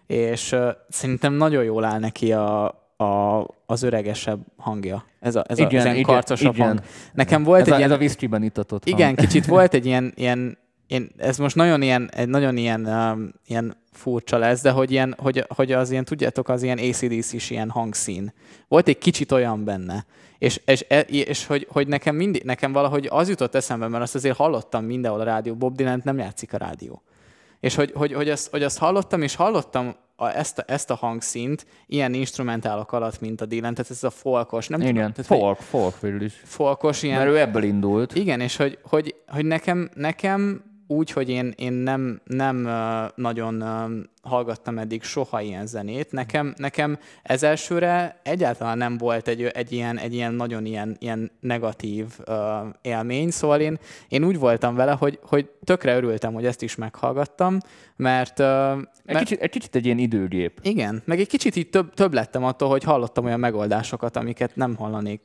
és uh, szerintem nagyon jól áll neki a, a, az öregesebb hangja. Ez a, ez igen, a ez igen, karcosabb igen. hang. Nekem volt ez egy a, ilyen... Ez a whiskyben itatott hang. Igen, kicsit volt egy ilyen, ilyen, ilyen ez most nagyon ilyen, egy nagyon ilyen, um, ilyen furcsa lesz, de hogy, ilyen, hogy, hogy az ilyen, tudjátok, az ilyen á cé dé cé-s ilyen hangszín. Volt egy kicsit olyan benne. És, és, és hogy, hogy nekem, mindig, nekem valahogy az jutott eszembe, mert azt azért hallottam mindenhol a rádió, Bob Dylan-t nem játszik a rádió. És hogy, hogy, hogy, azt, hogy azt hallottam, és hallottam a, ezt, a, ezt a hangszínt ilyen instrumentálok alatt, mint a Dylan, tehát ez a folkos, nem igen, tudom. Tehát, folk, folk végül is. Folkos ilyen. Mert ő ebből indult. Igen, és hogy, hogy, hogy nekem, nekem úgy, hogy én, én nem, nem uh, nagyon uh, hallgattam eddig soha ilyen zenét. Nekem, nekem ez elsőre egyáltalán nem volt egy, egy, ilyen, egy ilyen nagyon ilyen, ilyen negatív uh, élmény, szóval én, én úgy voltam vele, hogy, hogy tökre örültem, hogy ezt is meghallgattam, mert... Uh, egy, mert kicsit, egy kicsit egy ilyen időgép. igen, meg egy kicsit így több, több lettem attól, hogy hallottam olyan megoldásokat, amiket nem hallanék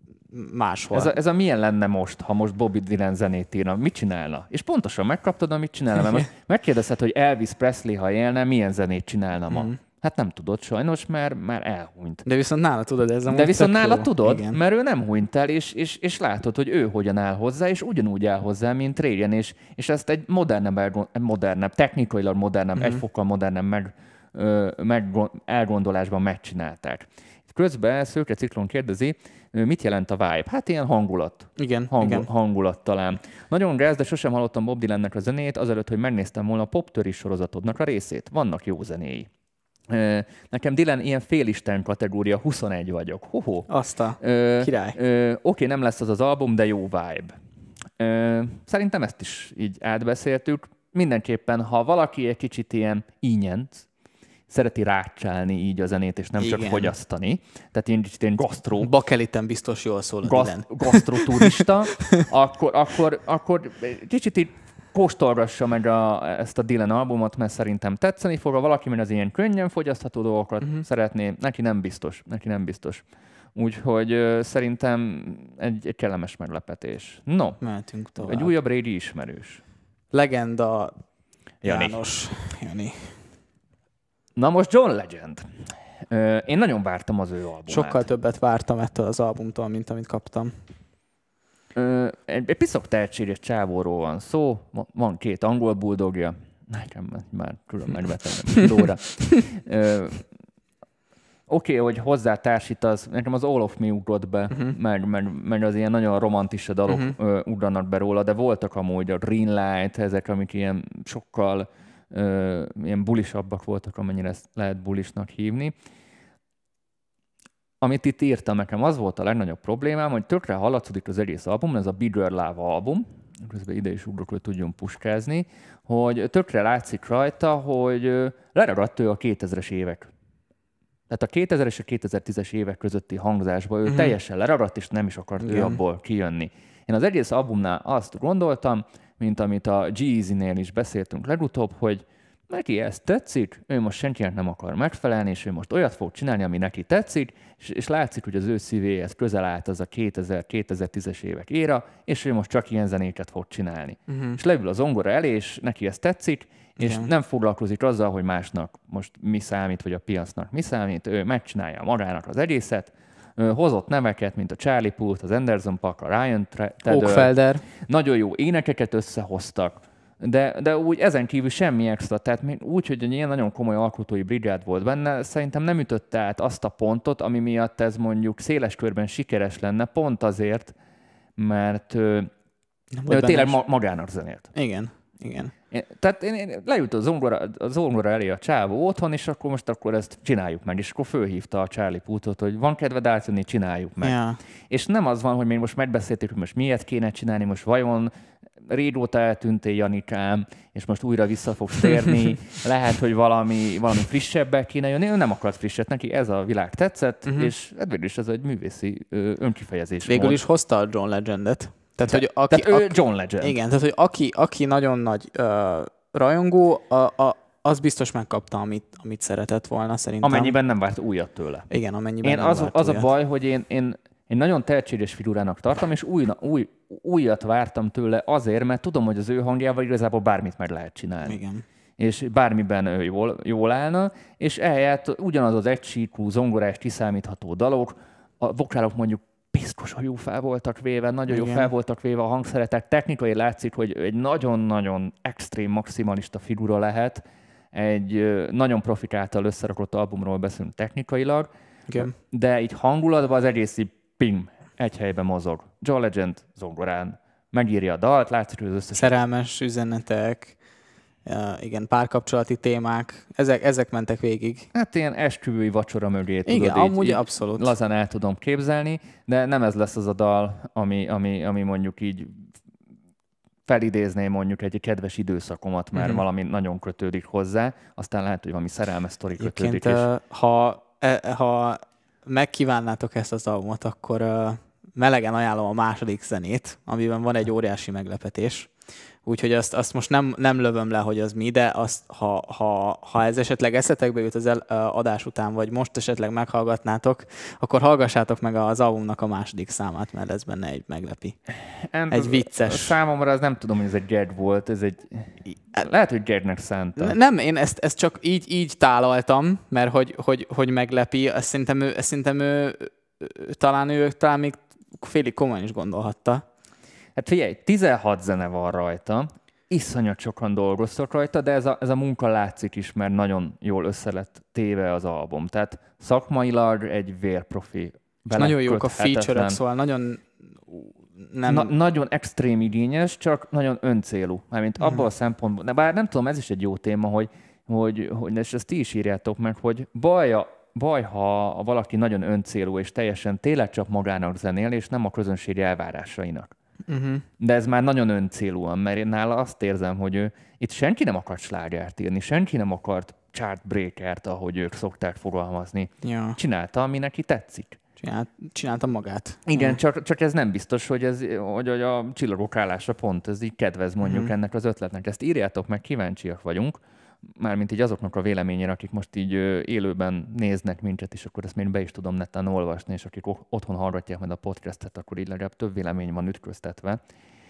máshol. Ez a, ez a milyen lenne most, ha most Bobby Dylan zenét írna? Mit csinálna? És pontosan megkaptad, amit csinálna. Mert most megkérdezted, hogy Elvis Presley, ha élne, milyen zenét csinálna ma? Mm. Hát nem tudod sajnos, mert már elhunyt. De viszont nála tudod, ez a De viszont nála jó. tudod, igen. mert ő nem hunyt el, és, és, és látod, hogy ő hogyan áll hozzá, és ugyanúgy áll hozzá, mint régen, és, és ezt egy modernebb, modernebb technikailag modernebb, mm. egy fokkal modernebb meg, meg, elgondolásban megcsinálták. Közben Szőke Ciklón kérdezi, mit jelent a vibe? Hát ilyen hangulat. Igen, Hang, igen. Hangulat talán. Nagyon gáz, de sosem hallottam Bob Dylannek a zenét, azelőtt, hogy megnéztem volna a Poptöri sorozatodnak a részét. Vannak jó zenéi. Nekem Dylan ilyen félisten kategória, huszonegy vagyok. Hoho. Azt a ö, király. Ö, Oké, nem lesz az az album, de jó vibe. Ö, szerintem ezt is így átbeszéltük. Mindenképpen, ha valaki egy kicsit ilyen ínyenc, szereti rácsálni így a zenét, és nem igen. csak fogyasztani. Tehát ilyen kicsit ilyen gasztró. Bakeliten biztos jól szól a Gaszt, Dylan. gasztroturista, akkor, akkor, akkor kicsit így kóstolgassa meg a, ezt a Dylan albumot, mert szerintem tetszeni fog. Ha valaki meg az ilyen könnyen fogyasztható dolgokat uh-huh. szeretné, neki nem biztos. Neki nem biztos. Úgyhogy uh, szerintem egy, egy kellemes meglepetés. No, mehetünk tovább. Egy újabb régi ismerős. Legenda Jani. János. Jani. Na most John Legend. Uh, én nagyon vártam az ő albumát. Sokkal többet vártam ettől az albumtól, mint amit kaptam. Egy, egy piszok tehetséges csávóról van szó, van két angol buldogja, nekem már külön megvetem a kilóra. Oké, okay, hogy hozzátársítasz, nekem az All of Me ugrott be, uh-huh. meg, meg, meg az ilyen nagyon romantista dalok uh-huh. ugranak be róla, de voltak amúgy a Green Light, ezek, amik ilyen sokkal uh, ilyen bulisabbak voltak, amennyire ezt lehet bulisnak hívni. Amit itt írtam nekem, az volt a legnagyobb problémám, hogy tökre hallatszik az egész album, ez a Bigger Lava album, közben ide is ugrok, hogy tudjon puskázni, hogy tökre látszik rajta, hogy leragadt ő a kétezres évek. Tehát a kétezer és a kétezer-tízes évek közötti hangzásban ő uh-huh. teljesen leragadt, és nem is akart ő abból kijönni. Én az egész albumnál azt gondoltam, mint amit a G-Eazy-nél is beszéltünk legutóbb, hogy neki ezt tetszik, ő most senkinek nem akar megfelelni, és ő most olyat fog csinálni, ami neki tetszik, és, és látszik, hogy az ő szívéhez közel állt az a kétezer-kétezer-tízes évek éra, és ő most csak ilyen zenéket fog csinálni. Uh-huh. És leül a zongora elé, és neki ezt tetszik, és igen. nem foglalkozik azzal, hogy másnak most mi számít, vagy a piacnak mi számít, ő megcsinálja magának az egészet, ő hozott neveket, mint a Charlie Puth, az Anderson .Paak, a Ryan Tedder, nagyon jó énekeket összehoztak, De, de úgy ezen kívül semmi extra, tehát úgy, hogy egy ilyen nagyon komoly alkotói brigád volt benne, szerintem nem ütötte át azt a pontot, ami miatt ez mondjuk széles körben sikeres lenne, pont azért, mert ő, ő tényleg ma, magának zenélt. Igen, igen. Én, tehát én, én leült a zongora, a zongora elé a csávó otthon, és akkor most akkor ezt csináljuk meg, és akkor fölhívta a Charlie Puthot, hogy van kedved átjönni, csináljuk meg. Ja. És nem az van, hogy még most megbeszéltük, hogy most miért kéne csinálni, most vajon régóta eltűntél, Janikám, és most újra vissza fogsz térni, lehet, hogy valami, valami frissebbel kéne jönni, ő nem akart frisset, neki ez a világ tetszett, uh-huh. és végül is ez egy művészi ö, önkifejezés Végül volt. is hozta a John Legendet. Tehát, Te, hogy aki, tehát ő aki, John Legend. Igen, tehát hogy aki, aki nagyon nagy uh, rajongó, a, a, az biztos megkapta, amit, amit szeretett volna szerintem. Amennyiben nem várt újat tőle. Igen, amennyiben én nem az, várt az újat. a baj, hogy én, én, én nagyon tehetséges figurának tartom, és új, új, újat vártam tőle azért, mert tudom, hogy az ő hangjával igazából bármit meg lehet csinálni. Igen. És bármiben ő jól, jól állna, és ehelyett ugyanaz az egysíkú, zongorás, kiszámítható dalok, a vokálok mondjuk biztosan jó fel voltak véve, nagyon Igen. jó fel voltak véve a hangszeretek. Technikai látszik, hogy egy nagyon-nagyon extrém maximalista figura lehet. Egy nagyon profik által összerakott albumról beszélünk technikailag, Igen. de így hangulatban az egész így pim, egy helyben mozog. John Legend zongorán megírja a dalt, látszik, hogy az összes... Szerelmes üzenetek, Uh, igen, párkapcsolati témák, ezek, ezek mentek végig. Hát ilyen esküvői vacsora mögé tudod, igen, így, amúgy így abszolút. lazán el tudom képzelni, de nem ez lesz az a dal, ami, ami, ami mondjuk így felidézné mondjuk egy kedves időszakomat, mert mm-hmm. valami nagyon kötődik hozzá, aztán lehet, hogy valami szerelmes sztori kötődik. És... Uh, ha, e, ha megkívánnátok ezt az albumot, akkor uh, melegen ajánlom a második zenét, amiben van egy óriási meglepetés. Úgyhogy azt, azt most nem, nem lövöm le, hogy az mi, de azt, ha, ha, ha ez esetleg eszetekbe jut az el, adás után, vagy most esetleg meghallgatnátok, akkor hallgassátok meg az albumnak a második számát, mert lesz benne egy meglepi. And egy vicces. Számomra az nem tudom, hogy ez egy gag volt, ez egy... Lehet, hogy gagnek szánta. Nem, én ezt, ezt csak így, így tálaltam, mert hogy, hogy, hogy meglepi, ezt szerintem ő, ezt szerintem ő talán ő talán még félig komolyan is gondolhatta. Hát figyelj, tizenhat zene van rajta, iszonyat sokan dolgoztak rajta, de ez a, ez a munka látszik is, mert nagyon jól össze lett téve az album. Tehát szakmailag egy vérprofi. Nagyon jók a feature-ök, szóval nagyon nem... Na, nagyon extrém igényes, csak nagyon öncélú. Mármint abban a szempontból, de bár nem tudom, ez is egy jó téma, hogy, hogy, hogy és ezt ti is írjátok meg, hogy baja, baj, ha valaki nagyon öncélú, és teljesen tényleg csak magának zenél, és nem a közönség elvárásainak. Uh-huh. De ez már nagyon öncélúan, mert én nála azt érzem, hogy ő, itt senki nem akart slágert írni, senki nem akart chartbreakert, ahogy ők szokták fogalmazni. Ja. Csinálta, ami neki tetszik. Csinált, csinálta magát. Igen, ja. csak, csak ez nem biztos, hogy, ez, hogy a csillagok állása pont, ez így kedvez mondjuk uh-huh. ennek az ötletnek. Ezt írjátok meg, kíváncsiak vagyunk, mármint így azoknak a véleményére, akik most így élőben néznek minket, és akkor ezt még be is tudom neten olvasni, és akik otthon hallgatják majd a podcastet, akkor így legalább több vélemény van ütköztetve.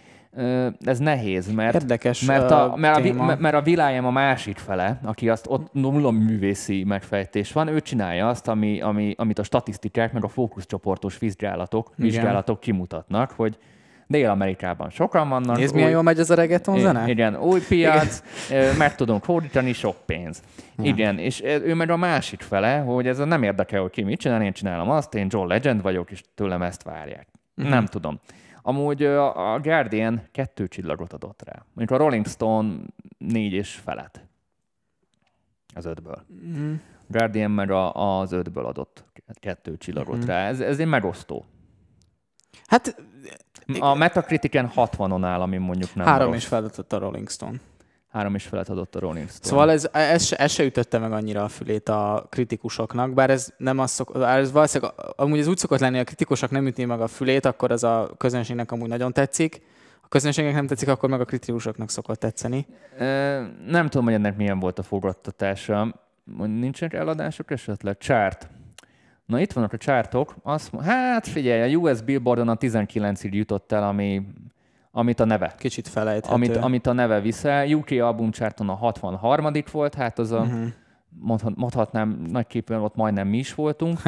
Ez nehéz, mert, Érdekes mert, a, mert, a, mert a világem a másik fele, aki azt ott nulla művészi megfejtés van, ő csinálja azt, ami, ami, amit a statisztikák, meg a fókuszcsoportos vizsgálatok, vizsgálatok kimutatnak, hogy Dél-Amerikában sokan vannak. Nézd, milyen jól megy ez a reggaeton zene? Igen, új piac, meg tudunk hódítani, sok pénz. Ja. Igen, és ő meg a másik fele, hogy ez nem érdekel, hogy ki mit csinál, én csinálom azt, én John Legend vagyok, és tőlem ezt várják. Uh-huh. Nem tudom. Amúgy a Guardian kettő csillagot adott rá. Mondjuk a Rolling Stone négy és felet. Az ötből. Uh-huh. Guardian meg a, az ötből adott kettő csillagot uh-huh. rá. Ez, ez egy megosztó. Hát... A Metacritiken hatvanon áll, ami mondjuk nem Három rossz. és feladott a Rolling Stone. Három és felet adott a Rolling Stone. Szóval ez, ez, se, ez se ütötte meg annyira a fülét a kritikusoknak, bár ez nem az szok, ez valószínűleg, amúgy ez úgy szokott lenni, a kritikusok nem ütni meg a fülét, akkor az a közönségnek amúgy nagyon tetszik. A közönségnek nem tetszik, akkor meg a kritikusoknak szokott tetszeni. E, nem tudom, hogy ennek milyen volt a fogadtatása. Nincsenek eladások esetleg? Chart. Na itt vannak a chartok. Azt, hát figyelj, a u es Billboardon a tizenkilencig jutott el, ami... amit a neve. Kicsit felejthető. Amit, amit a neve viszel. u ká Album Charton a hatvanharmadik volt, hát az a, uh-huh. mondhat, mondhatnám nagyképpen, ott majdnem mi is voltunk.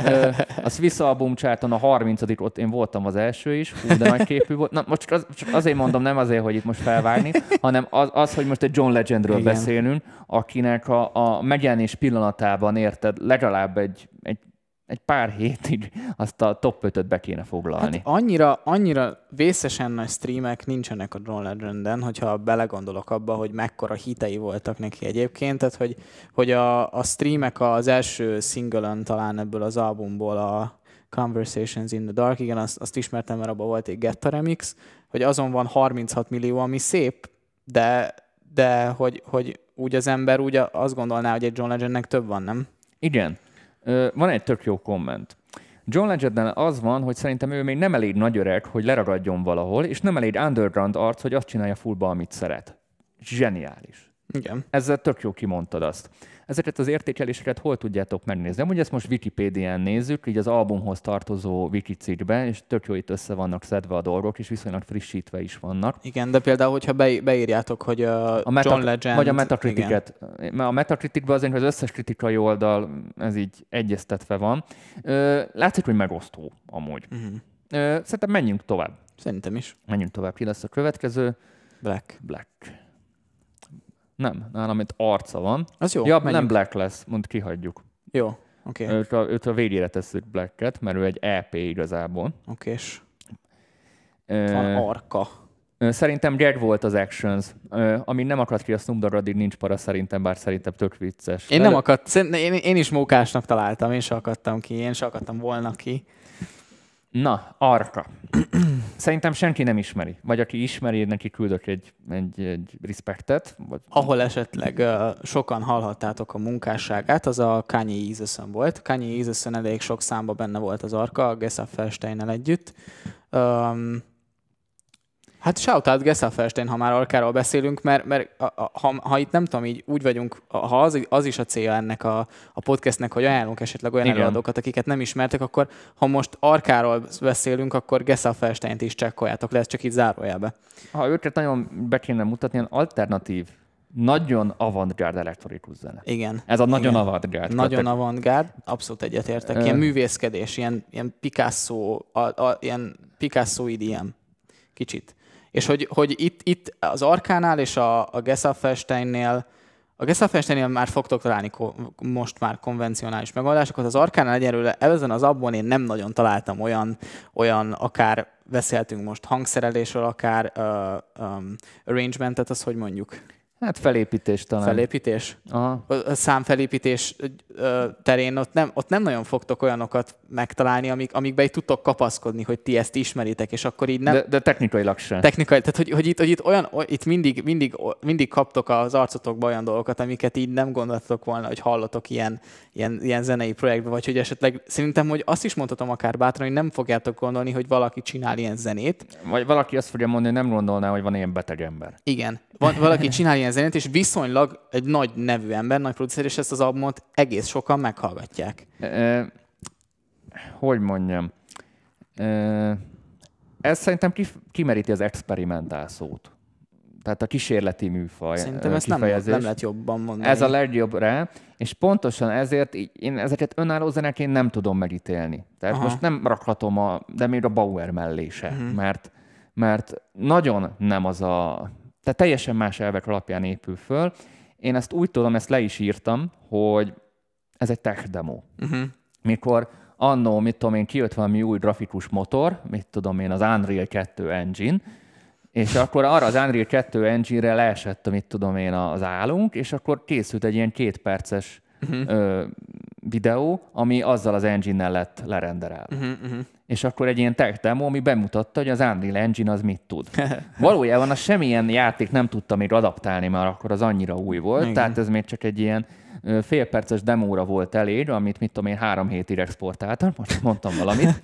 A Swiss Album Charton a harmincadik ott én voltam az első is, hú, de nagyképű volt. Na, most csak, az, csak azért mondom, nem azért, hogy itt most felvágni, hanem az, az hogy most egy John Legendről Igen. beszélünk, akinek a, a megjelenés pillanatában érted legalább egy, egy egy pár hétig azt a top ötöt be kéne foglalni. Hát annyira, annyira vészesen nagy streamek nincsenek a John Legenden, hogyha belegondolok abba, hogy mekkora hitei voltak neki egyébként, tehát hogy, hogy a, a streamek az első single-ön talán ebből az albumból, a Conversations in the Dark, igen, azt, azt ismertem, mert abban volt egy Getta remix, hogy azon van harminchat millió, ami szép, de, de hogy, hogy úgy az ember úgy azt gondolná, hogy egy John Legendnek több van, nem? Igen. Van egy tök jó komment. John Legendnel az van, hogy szerintem ő még nem elég nagy öreg, hogy leragadjon valahol, és nem elég underground arc, hogy azt csinálja fullba, amit szeret. Zseniális. Igen. Ezzel tök jó kimondtad azt. Ezeket az értékeléseket hol tudjátok megnézni? Amúgy ezt most Wikipédián nézzük, így az albumhoz tartozó wiki cikkben, és tök jó itt össze vannak szedve a dolgok, és viszonylag frissítve is vannak. Igen, de például, hogyha be, beírjátok, hogy a, a Meta- John Legend... Vagy a Metacriticet. A Metacriticben azért az összes kritikai oldal, ez így egyeztetve van. Látszik, hogy megosztó amúgy. Uh-huh. Szerintem menjünk tovább. Szerintem is. Menjünk tovább. Ki lesz a következő? Black. Black. Nem, nálam itt arca van. Az jó, ja, menjünk. Nem Black lesz, mond kihagyjuk. Jó, oké. Okay. Őt, a, őt a végére tesszük Blacket, mert ő egy é pé igazából. Okés. Uh, van arka. Uh, szerintem gag volt az Actions. Uh, amíg nem akadt ki a Snoop Dogg, addig nincs para szerintem, bár szerintem tök vicces. Én nem akadt, én, én is mókásnak találtam, én se akadtam ki, én se akadtam volna ki. Na, arka. Szerintem senki nem ismeri. Vagy aki ismeri, neki küldök egy, egy, egy respektet. Vagy... Ahol esetleg uh, sokan hallhattátok a munkásságát, az a Kanye Eason volt. Kanye Eason elég sok számba benne volt az arka, a Gessa Felsteinnel együtt. Um, hát shoutout Gessa Felstein, ha már arkáról beszélünk, mert, mert a, a, ha, ha itt nem tudom, így úgy vagyunk, ha az, az is a célja ennek a, a podcastnek, hogy ajánlunk esetleg olyan Igen. előadókat, akiket nem ismertek, akkor ha most arkáról beszélünk, akkor Gessa Felsteint is csekkoljátok le, ez csak így zárójelbe. Ha őket nagyon be kéne mutatni, ilyen alternatív, nagyon avantgárd elektronikus zene. Igen. Ez a nagyon Igen. avantgárd. Nagyon avantgárd, abszolút egyetértek. Ilyen művészkedés, ilyen, ilyen Picasso, a, a, ilyen Picasso í dé em. Kicsit. És hogy, hogy itt, itt az Arkánál és a, a Gessa Felsteinnél, a Gessa Felsteinnél már fogtok találni ko, most már konvencionális megoldásokat. Az Arkánál egyelőre ezen az abban én nem nagyon találtam olyan, olyan akár beszéltünk most hangszerelésről, akár uh, um, arrangementet, az hogy mondjuk? Hát felépítés talán. Felépítés? Aha. A számfelépítés terén ott nem, ott nem nagyon fogtok olyanokat megtalálni, amik, amikbe így tudtok kapaszkodni, hogy ti ezt ismeritek, és akkor így nem... De, de technikailag sem. Technikai, tehát hogy, hogy, itt, hogy itt, olyan, itt mindig, mindig, mindig kaptok az arcotokba olyan dolgokat, amiket így nem gondoltatok volna, hogy hallotok ilyen, ilyen, ilyen zenei projektbe, vagy hogy esetleg szerintem, hogy azt is mondhatom akár bátran, hogy nem fogjátok gondolni, hogy valaki csinál ilyen zenét. Vagy valaki azt fogja mondani, hogy nem gondolná, hogy van ilyen beteg ember. Igen. Van, valaki csinál ilyen zenét, és viszonylag egy nagy nevű ember, nagy producer, és ezt az albumot egész sokan meghallgatják. E, hogy mondjam? E, ez szerintem kif- kimeríti az experimentál szót. Tehát a kísérleti műfaj. Szerintem ezt nem, nem lehet jobban mondani. Ez a legjobb rá, és pontosan ezért én ezeket önálló zeneként nem tudom megítélni. Tehát Aha. most nem rakhatom, a, de még a Bauer mellé se, uh-huh. mert mert nagyon nem az a... Tehát teljesen más elvek alapján épül föl. Én ezt úgy tudom, ezt le is írtam, hogy ez egy tech demo. Uh-huh. Mikor annó, mit tudom én, kijött valami új grafikus motor, mit tudom én, az Unreal kettő engine, és akkor arra az Unreal kettő engine-re leesett, mit tudom én, az állunk, és akkor készült egy ilyen két perces uh-huh. ö, videó, ami azzal az engine-nel lett lerenderelve. Uh-huh, uh-huh. És akkor egy ilyen tech demo, ami bemutatta, hogy az Unreal Engine az mit tud. Valójában az semmilyen játék nem tudta még adaptálni, mert akkor az annyira új volt, igen. Tehát ez még csak egy ilyen félperces demóra volt elég, amit mit tudom én három hétig exportáltam, most mondtam valamit.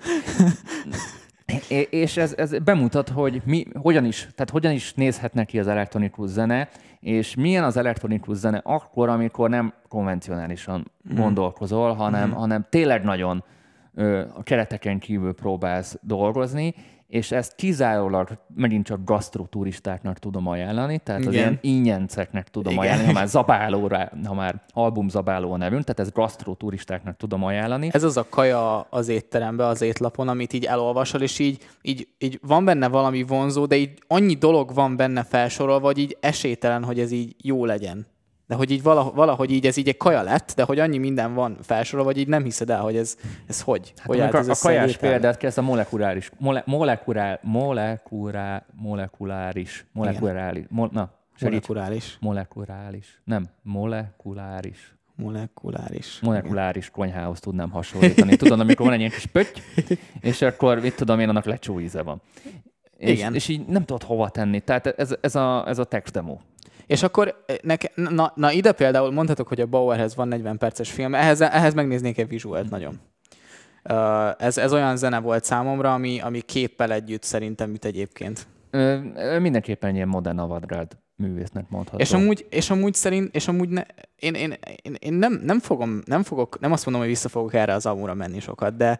És ez, ez bemutat, hogy mi, hogyan is, tehát hogyan is nézhetne ki az elektronikus zene, és milyen az elektronikus zene akkor, amikor nem konvencionálisan mm. gondolkozol, hanem, mm. hanem tényleg nagyon ö, a kereteken kívül próbálsz dolgozni, és ezt kizárólag megint csak gasztroturistáknak tudom ajánlani, tehát igen. Az ilyen ingyenceknek tudom igen. ajánlani, ha már zabálóra, ha már albumzabáló a nevünk, tehát ezt gasztroturistáknak tudom ajánlani. Ez az a kaja az étteremben, az étlapon, amit így elolvasol, és így, így, így van benne valami vonzó, de így annyi dolog van benne felsorolva, hogy így esélytelen, hogy ez így jó legyen. De hogy így valahogy, valahogy így ez így egy kaja lett, de hogy annyi minden van felsorolva, vagy így nem hiszed el, hogy ez, ez hogy? Hát hogy állt ez a, a kajás példát kezd a molekuláris, mole, molekulár, molekulár, molekuláris, molekuláris, mo, na, molekuláris. Molekuláris, nem, molekuláris. Molekuláris. Molekuláris konyhához tudnám hasonlítani. Tudod, amikor van egy ilyen kis pötty, és akkor, mit tudom én, annak lecsó íze van. És, igen. És így nem tudod hova tenni. Tehát ez, ez, a, ez a text demo. És akkor, neke, na, na ide például mondhatok, hogy a Bauerhez van negyven perces film, ehhez, ehhez megnéznék egy vizuált nagyon. Uh, ez, ez olyan zene volt számomra, ami, ami képpel együtt szerintem üt egyébként. Ö, mindenképpen ilyen modern avantgárd művésznek mondható. És amúgy, és amúgy szerint, és amúgy ne, én, én, én, én nem, nem, fogom, nem fogok, nem azt mondom, hogy vissza fogok erre az albumra menni sokat, de,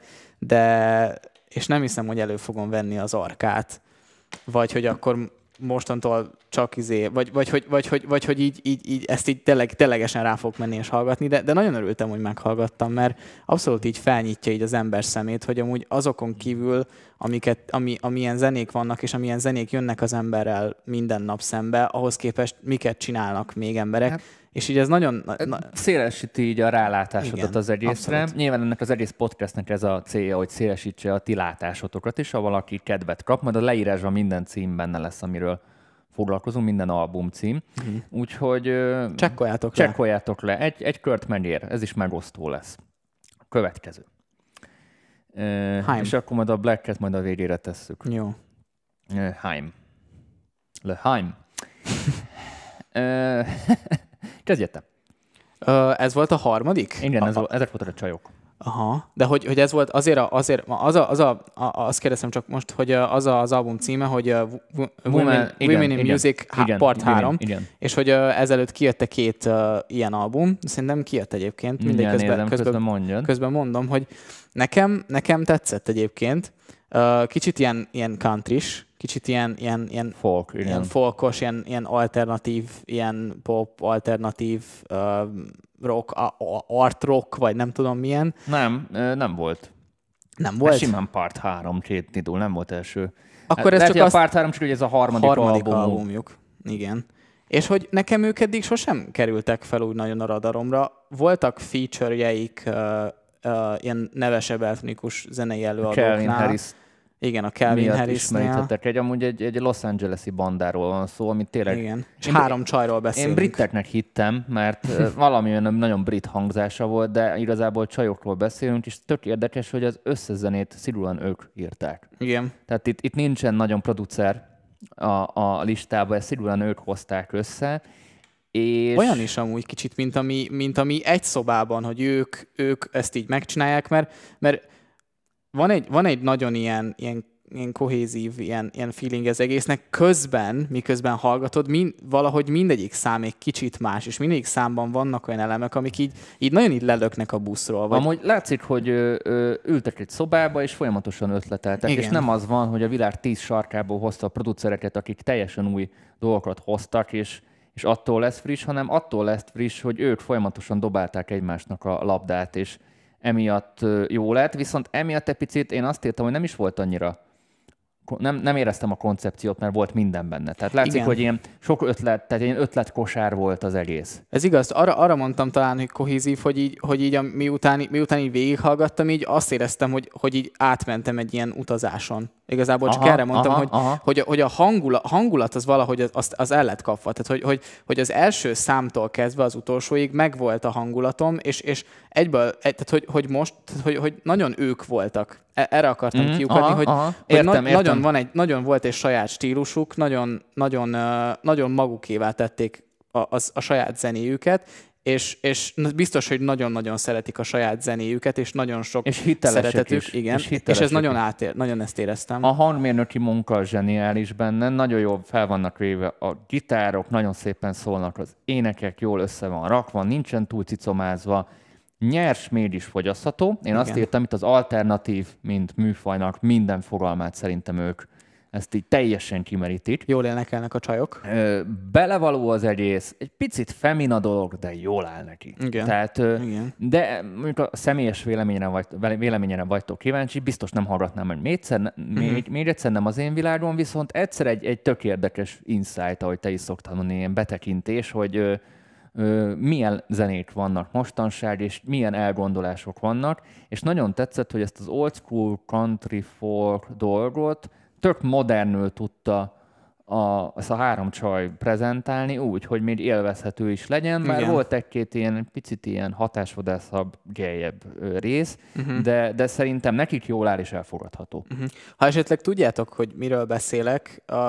de és nem hiszem, hogy elő fogom venni az arkát, vagy hogy akkor mostantól csak izé, vagy, vagy, vagy, vagy, vagy, vagy hogy így, így, így ezt így tényleg, ténylegesen rá fogok menni és hallgatni, de, de nagyon örültem, hogy meghallgattam, mert abszolút így felnyitja így az ember szemét, hogy amúgy azokon kívül, amiket, ami, amilyen zenék vannak, és amilyen zenék jönnek az emberrel minden nap szembe, ahhoz képest miket csinálnak még emberek, hát, és így ez nagyon... Na, szélesíti így a rálátásodat igen, az egészre. Abszolút. Nyilván ennek az egész podcastnek ez a célja, hogy szélesítse a ti látásotokat is, ha valaki kedvet kap, majd a leírásban minden cím benne lesz, amiről foglalkozunk, minden album cím. Uh-huh. Úgyhogy csekkoljátok le. Csekkoljátok le. Egy, egy kört megér, ez is megosztó lesz. Következő. Uh, és akkor majd a Black-et majd a végére tesszük. Jó. Uh, Haim. Le Haim. uh, Kezdjétek. Uh, ez volt a harmadik? Igen, ez, ezek voltak a csajok. Aha, de hogy, hogy ez volt azért, a, azért az a, az a, a, azt kérdezem csak most, hogy az a, az album címe, hogy a Women, Women, igen, Women in igen, Music igen, Part igen, három, igen. És hogy uh, ezelőtt kijött két uh, ilyen album, szerintem kijött egyébként, mindig közben, nézem, közben, közben, közben mondom, hogy nekem, nekem tetszett egyébként, uh, kicsit ilyen, ilyen countrys, kicsit ilyen, ilyen, ilyen, Folk, ilyen folkos, ilyen, ilyen alternatív, ilyen pop, alternatív, uh, rock, art rock, vagy nem tudom milyen. Nem, nem volt. Nem volt? Simán Part három két titul, nem volt első. Akkor hát, ez csak csak azt... a Part három, csak hogy ez a harmadik, harmadik albumuk. albumjuk. Igen. És hogy nekem ők eddig sosem kerültek fel úgy nagyon a radaromra. Voltak feature-jeik uh, uh, ilyen nevesebb elektronikus zenei előadóknál. Calvin Harris. Igen, a Calvin Harrisnél. Egy, amúgy egy, egy Los Angeles-i bandáról van szó, amit tényleg... Igen, és én, három csajról beszélünk. Én briteknek hittem, mert valamilyen nagyon brit hangzása volt, de igazából csajokról beszélünk, és tök érdekes, hogy az összezenét szigorúan ők írták. Igen. Tehát itt, itt nincsen nagyon producer a, a listában, ezt szigorúan ők hozták össze. És... Olyan is amúgy kicsit, mint ami, mint ami egy szobában, hogy ők, ők ezt így megcsinálják, mert, mert Van egy, van egy nagyon ilyen, ilyen, ilyen kohézív ilyen, ilyen feeling az egésznek, közben, miközben hallgatod, mind, valahogy mindegyik szám egy kicsit más, és mindegyik számban vannak olyan elemek, amik így, így nagyon így lelöknek a buszról. Vagy... Amúgy látszik, hogy ö, ö, ültek egy szobába, és folyamatosan ötleteltek, igen. És nem az van, hogy a világ tíz sarkából hozta a producereket, akik teljesen új dolgokat hoztak, és, és attól lesz friss, hanem attól lesz friss, hogy ők folyamatosan dobálták egymásnak a labdát, és emiatt jó lett, viszont emiatt egy picit én azt írtam, hogy nem is volt annyira nem, nem éreztem a koncepciót, mert volt minden benne. Tehát látszik, igen. hogy ilyen sok ötlet, tehát ilyen ötletkosár volt az egész. Ez igaz, arra, arra mondtam talán, hogy kohézív, hogy így, hogy így a, miután, miután így végighallgattam, így azt éreztem, hogy, hogy így átmentem egy ilyen utazáson. Igazából csak aha, erre mondtam, aha, hogy, aha. Hogy, a, hogy a hangulat, hangulat az valahogy az, az, az el lett kapva. Tehát, hogy, hogy, hogy az első számtól kezdve az utolsóig megvolt a hangulatom, és, és egyből, tehát, hogy, hogy most, hogy, hogy nagyon ők voltak. Erre akartam mm, kiukadni, aha, hogy, aha. hogy értem, na, értem. Nagyon, van egy, nagyon volt egy saját stílusuk, nagyon, nagyon, nagyon magukévá tették a, a, a saját zenéjüket, és, és biztos, hogy nagyon-nagyon szeretik a saját zenéjüket, és nagyon sok és szeretetük. Is, igen, és, és ez nagyon átér, nagyon ezt éreztem. A hangmérnöki munka zseniális benne, nagyon jól fel vannak véve a gitárok, nagyon szépen szólnak az énekek, jól össze van rakva, nincsen túl cicomázva, nyers, mégis fogyasztható. Én igen. azt írtam, itt az alternatív, mint műfajnak minden fogalmát szerintem ők ezt így teljesen kimerítik. Jól énekelnek a csajok. Ö, belevaló az egész, egy picit femina dolog, de jól áll neki. Igen. Tehát, ö, Igen. de mondjuk a személyes véleményre, vagy, véleményre vagytok kíváncsi, biztos nem hallgatnám, hogy még egyszer, uh-huh. még, még egyszer nem az én világom, viszont egyszer egy, egy tök érdekes insight, ahogy te is szoktad mondani, ilyen betekintés, hogy ö, ö, milyen zenék vannak mostanság, és milyen elgondolások vannak, és nagyon tetszett, hogy ezt az old school country folk dolgot tök modernül tudta a, ezt a három csaj prezentálni úgy, hogy még élvezhető is legyen, már igen. volt egy-két ilyen picit ilyen hatásvadászabb, gejebb rész, uh-huh. de, de szerintem nekik jól áll és elfogadható. Uh-huh. Ha esetleg tudjátok, hogy miről beszélek, uh,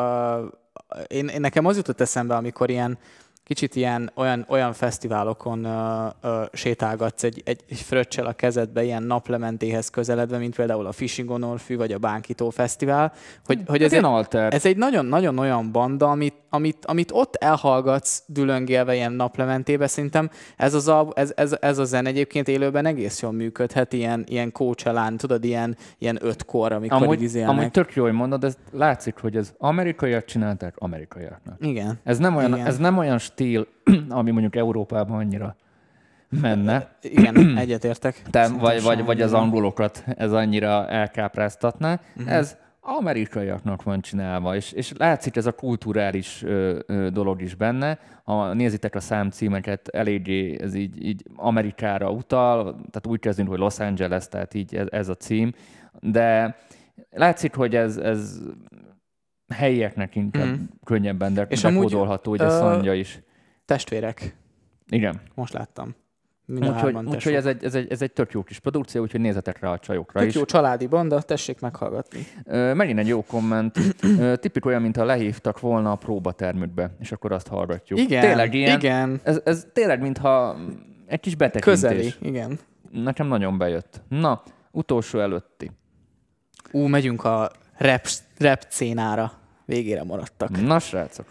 én, én nekem az jutott eszembe, amikor ilyen kicsit ilyen olyan, olyan fesztiválokon uh, uh, sétálgatsz egy, egy, egy fröccsel a kezedbe, ilyen naplementéhez közeledve, mint például a Fishing on Orfű, vagy a Bánkító Fesztivál, hogy, hogy ez, egy, ez egy nagyon-nagyon olyan banda, amit, amit, amit ott elhallgatsz dülöngélve ilyen naplementébe, szerintem ez, az a, ez, ez, ez a zen egyébként élőben egész jól működhet, ilyen, ilyen Coachellán, tudod, ilyen, ilyen ötkor, amikor amúgy, izélnek. Amúgy tök jól mondod, ez látszik, hogy ez amerikaiak csinálták amerikaiaknak. Igen. Ez nem olyan, Igen. Ez nem olyan stíl, ami mondjuk Európában annyira menne. Igen, egyetértek. Te, vagy, vagy, vagy az angolokat ez annyira elkápráztatná. Uh-huh. Ez amerikaiaknak van csinálva, és, és látszik ez a kulturális ö, ö, dolog is benne. Ha nézitek a számcímeket, eléggé ez így, így Amerikára utal, tehát úgy kezdünk, hogy Los Angeles, tehát így ez, ez a cím. De látszik, hogy ez... ez helyieknek inkább mm. könnyebben, de bekódolható, hogy ezt mondja is. Testvérek. Igen. Most láttam. Úgyhogy úgy, ez, egy, ez, egy, ez egy tök jó kis produkció, úgyhogy nézzetek rá a csajokra tök is. Tök jó családi banda, tessék meghallgatni. Ö, megint egy jó komment. Ö, tipik olyan, mintha lehívtak volna a próbatermükbe, és akkor azt hallgatjuk. Igen, tényleg ilyen, igen. Ez, ez tényleg, mintha egy kis betekintés. Közeli, igen. Nekem nagyon bejött. Na, utolsó előtti. Ú, megyünk a rap, rap szénára. Végére maradtak. Na, srácok.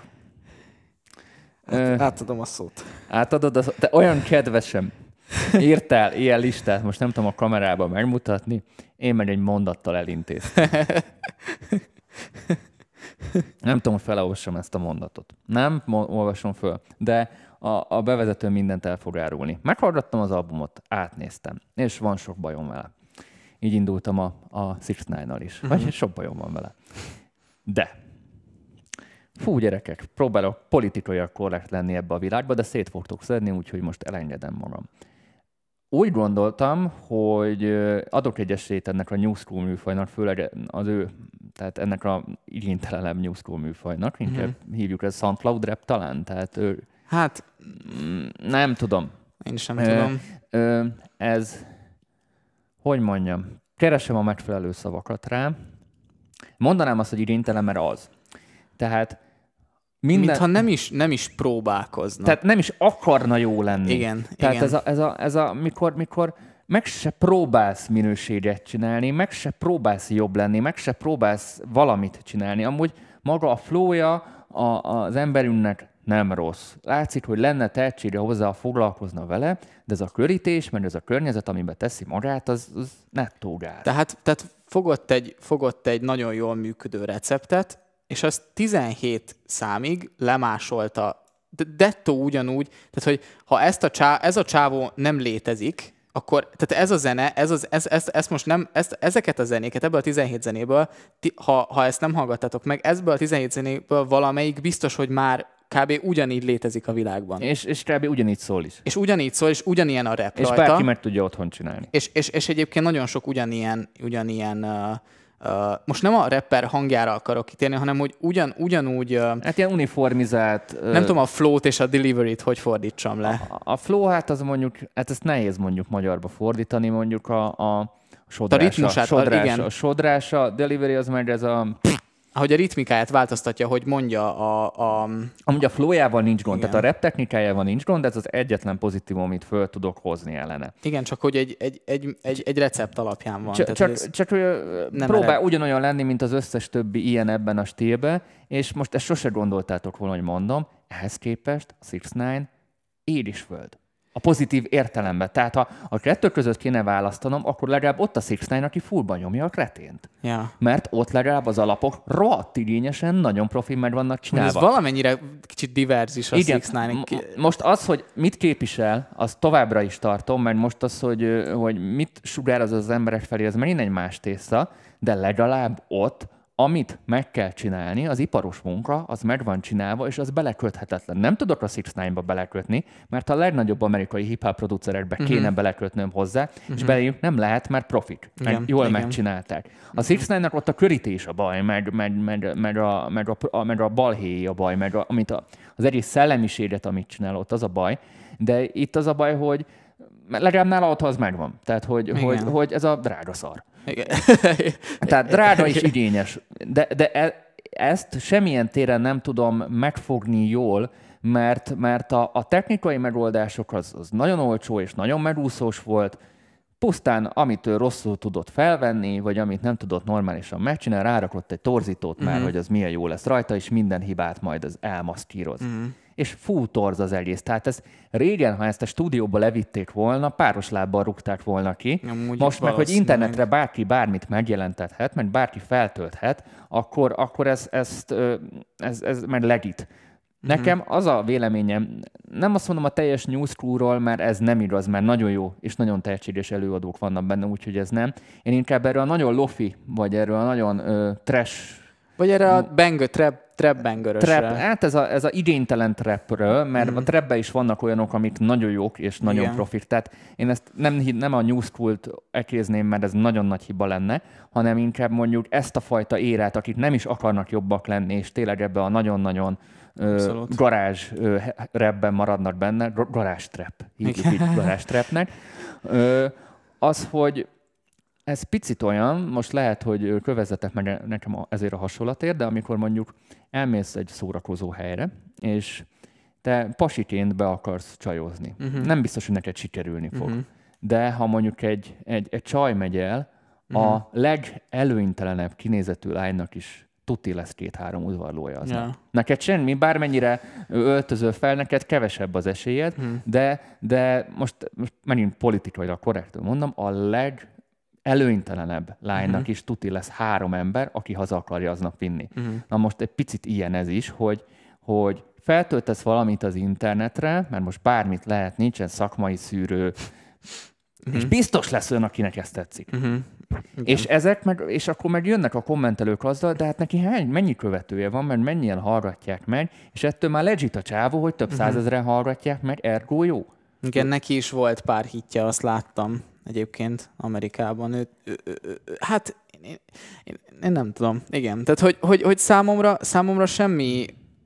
Át, átadom a szót. Átadod a szót? Te olyan kedvesen írtál ilyen listát, most nem tudom a kamerában megmutatni, én meg egy mondattal elintéztem. Nem tudom, hogy felolvassam ezt a mondatot. Nem olvasom föl, de a, a bevezető mindent el fog árulni. Meghallgattam az albumot, átnéztem, és van sok bajom vele. Így indultam a, a hat nine-nal is. Vagy uh-huh. sok bajom van vele. De fú, gyerekek, próbálok politikaiak korrekt lenni ebbe a világba, de szét fogtok szedni, úgyhogy most elengedem magam. Úgy gondoltam, hogy adok egy esélyt ennek a New School műfajnak, főleg az ő, tehát ennek a igénytelenebb New School műfajnak, inkább mm-hmm. hívjuk ezt SoundCloud rap talán, tehát ő, hát nem tudom. Én sem ö, tudom. Ö, ez, hogy mondjam, keresem a megfelelő szavakat rá. Mondanám azt, hogy igénytelen, mert az. Tehát minden... Mintha nem is, nem is próbálkozna. Tehát nem is akarna jó lenni. Igen. Tehát igen. ez a, ez a, ez a mikor, mikor meg se próbálsz minőséget csinálni, meg se próbálsz jobb lenni, meg se próbálsz valamit csinálni. Amúgy maga a flowja a, az emberünknek nem rossz. Látszik, hogy lenne tehetsége hozzá, foglalkozna vele, de ez a körítés, meg ez a környezet, amiben teszi magát, az, az nettó gáz. Tehát, tehát fogott, egy, fogott egy nagyon jól működő receptet, és azt tizenhét számig lemásolta, de dettó ugyanúgy, tehát hogy ha ezt a csá, ez a csávó nem létezik, akkor tehát ez a zene, ez az, ez, ez, ez most nem, ezt, ezeket a zenéket, ebből a tizenhét zenéből, ti, ha, ha ezt nem hallgattatok meg, ebből a tizenhét zenéből valamelyik biztos, hogy már kb. Ugyanígy létezik a világban. És, és kb. Ugyanígy szól is. És ugyanígy szól, és ugyanilyen a rap és rajta. És bárki meg tudja otthon csinálni. És, és, és egyébként nagyon sok ugyanilyen, ugyanilyen uh, uh, most nem a rapper hangjára akarok kitérni, hanem hogy ugyan, ugyanúgy... Uh, hát ilyen uniformizált... Nem uh, tudom a flow-t és a delivery-t hogy fordítsam le. A, a flow, hát az mondjuk, hát ezt nehéz mondjuk magyarba fordítani, mondjuk a, a sodrása. A ritmusát, sodrása, igen. A sodrása, a delivery az meg ez a... Ahogy a ritmikáját változtatja, hogy mondja a... a... Amúgy a flowjával nincs gond, igen. Tehát a rap technikájával nincs gond, ez az egyetlen pozitívum, amit föl tudok hozni ellene. Igen, csak hogy egy, egy, egy, egy, egy recept alapján van. Csak, tehát csak, csak hogy próbál ered. ugyanolyan lenni, mint az összes többi ilyen ebben a stílben, és most ezt sose gondoltátok volna, hogy mondom, ehhez képest a six nine él is föld. A pozitív értelemben. Tehát ha a kettő között kéne választanom, akkor legalább ott a six nine, aki fullban nyomja a kretént. Ja. Mert ott legalább az alapok rohadt igényesen, nagyon profi meg vannak csinálva. Ez valamennyire kicsit diverzis a igen, six nine. M- most az, hogy mit képvisel, az továbbra is tartom, mert most az, hogy, hogy mit sugároz az emberek felé, az megint egy más tészta, de legalább ott amit meg kell csinálni, az iparos munka, az meg van csinálva, és az beleköthetetlen. Nem tudok a six nine-ba belekötni, mert a legnagyobb amerikai hip-hop producerekbe uh-huh. kéne belekötnöm hozzá, uh-huh. és beléjük nem lehet, mert profik. Meg igen, jól igen. megcsinálták. A six nine-nak ott a körítés a baj, meg, meg, meg, meg, a, meg, a, a, meg a balhéj a baj, meg a, amit a, az egész szellemiséget, amit csinál ott, az a baj. De itt az a baj, hogy legalább nála ott az megvan. Tehát, hogy, hogy, hogy ez a drága szar. Igen. Tehát drága és igényes. De, de e, ezt semmilyen téren nem tudom megfogni jól, mert, mert a, a technikai megoldások az, az nagyon olcsó és nagyon megúszós volt. Pusztán, amit ő rosszul tudott felvenni, vagy amit nem tudott normálisan megcsinálni, rárakott egy torzítót mm-hmm. már, hogy az milyen jó lesz rajta, és minden hibát majd az elmaszkíroz. Mm-hmm. És fú torz az egész. Tehát ez régen, ha ezt a stúdióba levitték volna, páros lábbal rúgták volna ki. Ja, most meg, hogy internetre bárki bármit megjelentethet, meg bárki feltölthet, akkor, akkor ez, ezt, ez, ez meg legit. Nekem az a véleményem, nem azt mondom a teljes New School-ról, mert ez nem igaz, mert nagyon jó és nagyon tehetséges előadók vannak benne, úgyhogy ez nem. Én inkább erről a nagyon lofi, vagy erről a nagyon uh, trash... Vagy erre a banger, trap, trap bangerösre. Trap, hát ez a, ez a igénytelen trapről, mert mm. a trapben is vannak olyanok, amik nagyon jók és nagyon igen. profik. Tehát én ezt nem, nem a New School-t ekézném, mert ez nagyon nagy hiba lenne, hanem inkább mondjuk ezt a fajta érát, akik nem is akarnak jobbak lenni, és tényleg ebbe a nagyon-nagyon Uh, garázs uh, rapben maradnak benne, garázs trap, hívjuk így garázs trapnek, uh, az, hogy ez picit olyan, most lehet, hogy kövezzetek meg nekem ezért a hasonlatért, de amikor mondjuk elmész egy szórakozó helyre, és te pasiként be akarsz csajozni, uh-huh. nem biztos, hogy neked sikerülni fog. Uh-huh. De ha mondjuk egy, egy, egy csaj megy el, uh-huh. a legelőnytelenebb kinézetű lánynak is tuti lesz két-három udvarlója az. Ja. Neked semmi, bármennyire öltözöl fel, neked kevesebb az esélyed, hmm. de, de most, most megint politikailag korrektül mondom, a legelőnytelenebb lánynak hmm. is tuti lesz három ember, aki haza akarja aznap vinni. Hmm. Na most egy picit ilyen ez is, hogy, hogy feltöltesz valamit az internetre, mert most bármit lehet, nincsen szakmai szűrő, hmm. és biztos lesz olyan, akinek ezt tetszik. Hmm. És ezek meg, és akkor meg jönnek a kommentelők azzal, de hát neki hány, mennyi követője van, mert mennyien hallgatják meg, és ettől már legit a csávó, hogy több uh-huh. százezren hallgatják meg, ergo jó. Igen, neki is volt pár hitje, azt láttam egyébként Amerikában. Ő, ő, ő, ő, hát én, én, én nem tudom. Igen, tehát hogy, hogy, hogy számomra, számomra semmi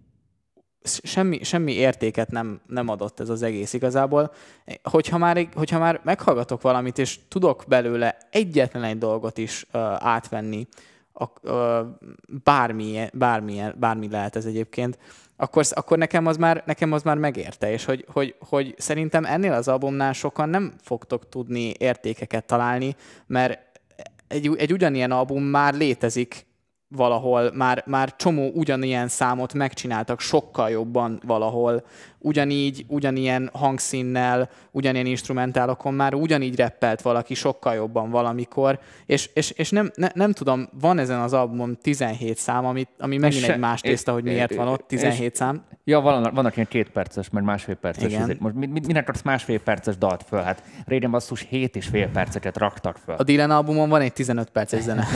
Semmi, semmi értéket nem, nem adott ez az egész igazából. Hogyha már, hogyha már meghallgatok valamit, és tudok belőle egyetlen egy dolgot is uh, átvenni, uh, bármilyen, bármilyen, bármi lehet ez egyébként, akkor, akkor nekem, az már, nekem az már megérte. És hogy, hogy, hogy szerintem ennél az albumnál sokan nem fogtok tudni értékeket találni, mert egy, egy ugyanilyen album már létezik valahol, már, már csomó ugyanilyen számot megcsináltak sokkal jobban valahol, ugyanígy, ugyanilyen hangszínnel, ugyanilyen instrumentálokon már ugyanígy rappelt valaki sokkal jobban valamikor, és, és, és nem, ne, nem tudom, van ezen az albumon tizenhét szám, ami, ami megint se, egy más tészta, hogy miért van ott tizenhét és, szám. Ja, vannak, vannak ilyen két perces, meg másfél perces. Ezért. Most minek adsz másfél perces dalt föl? Hát régen basszus hét és fél perceket raktak föl. A Dylan albumon van egy tizenöt perces zene.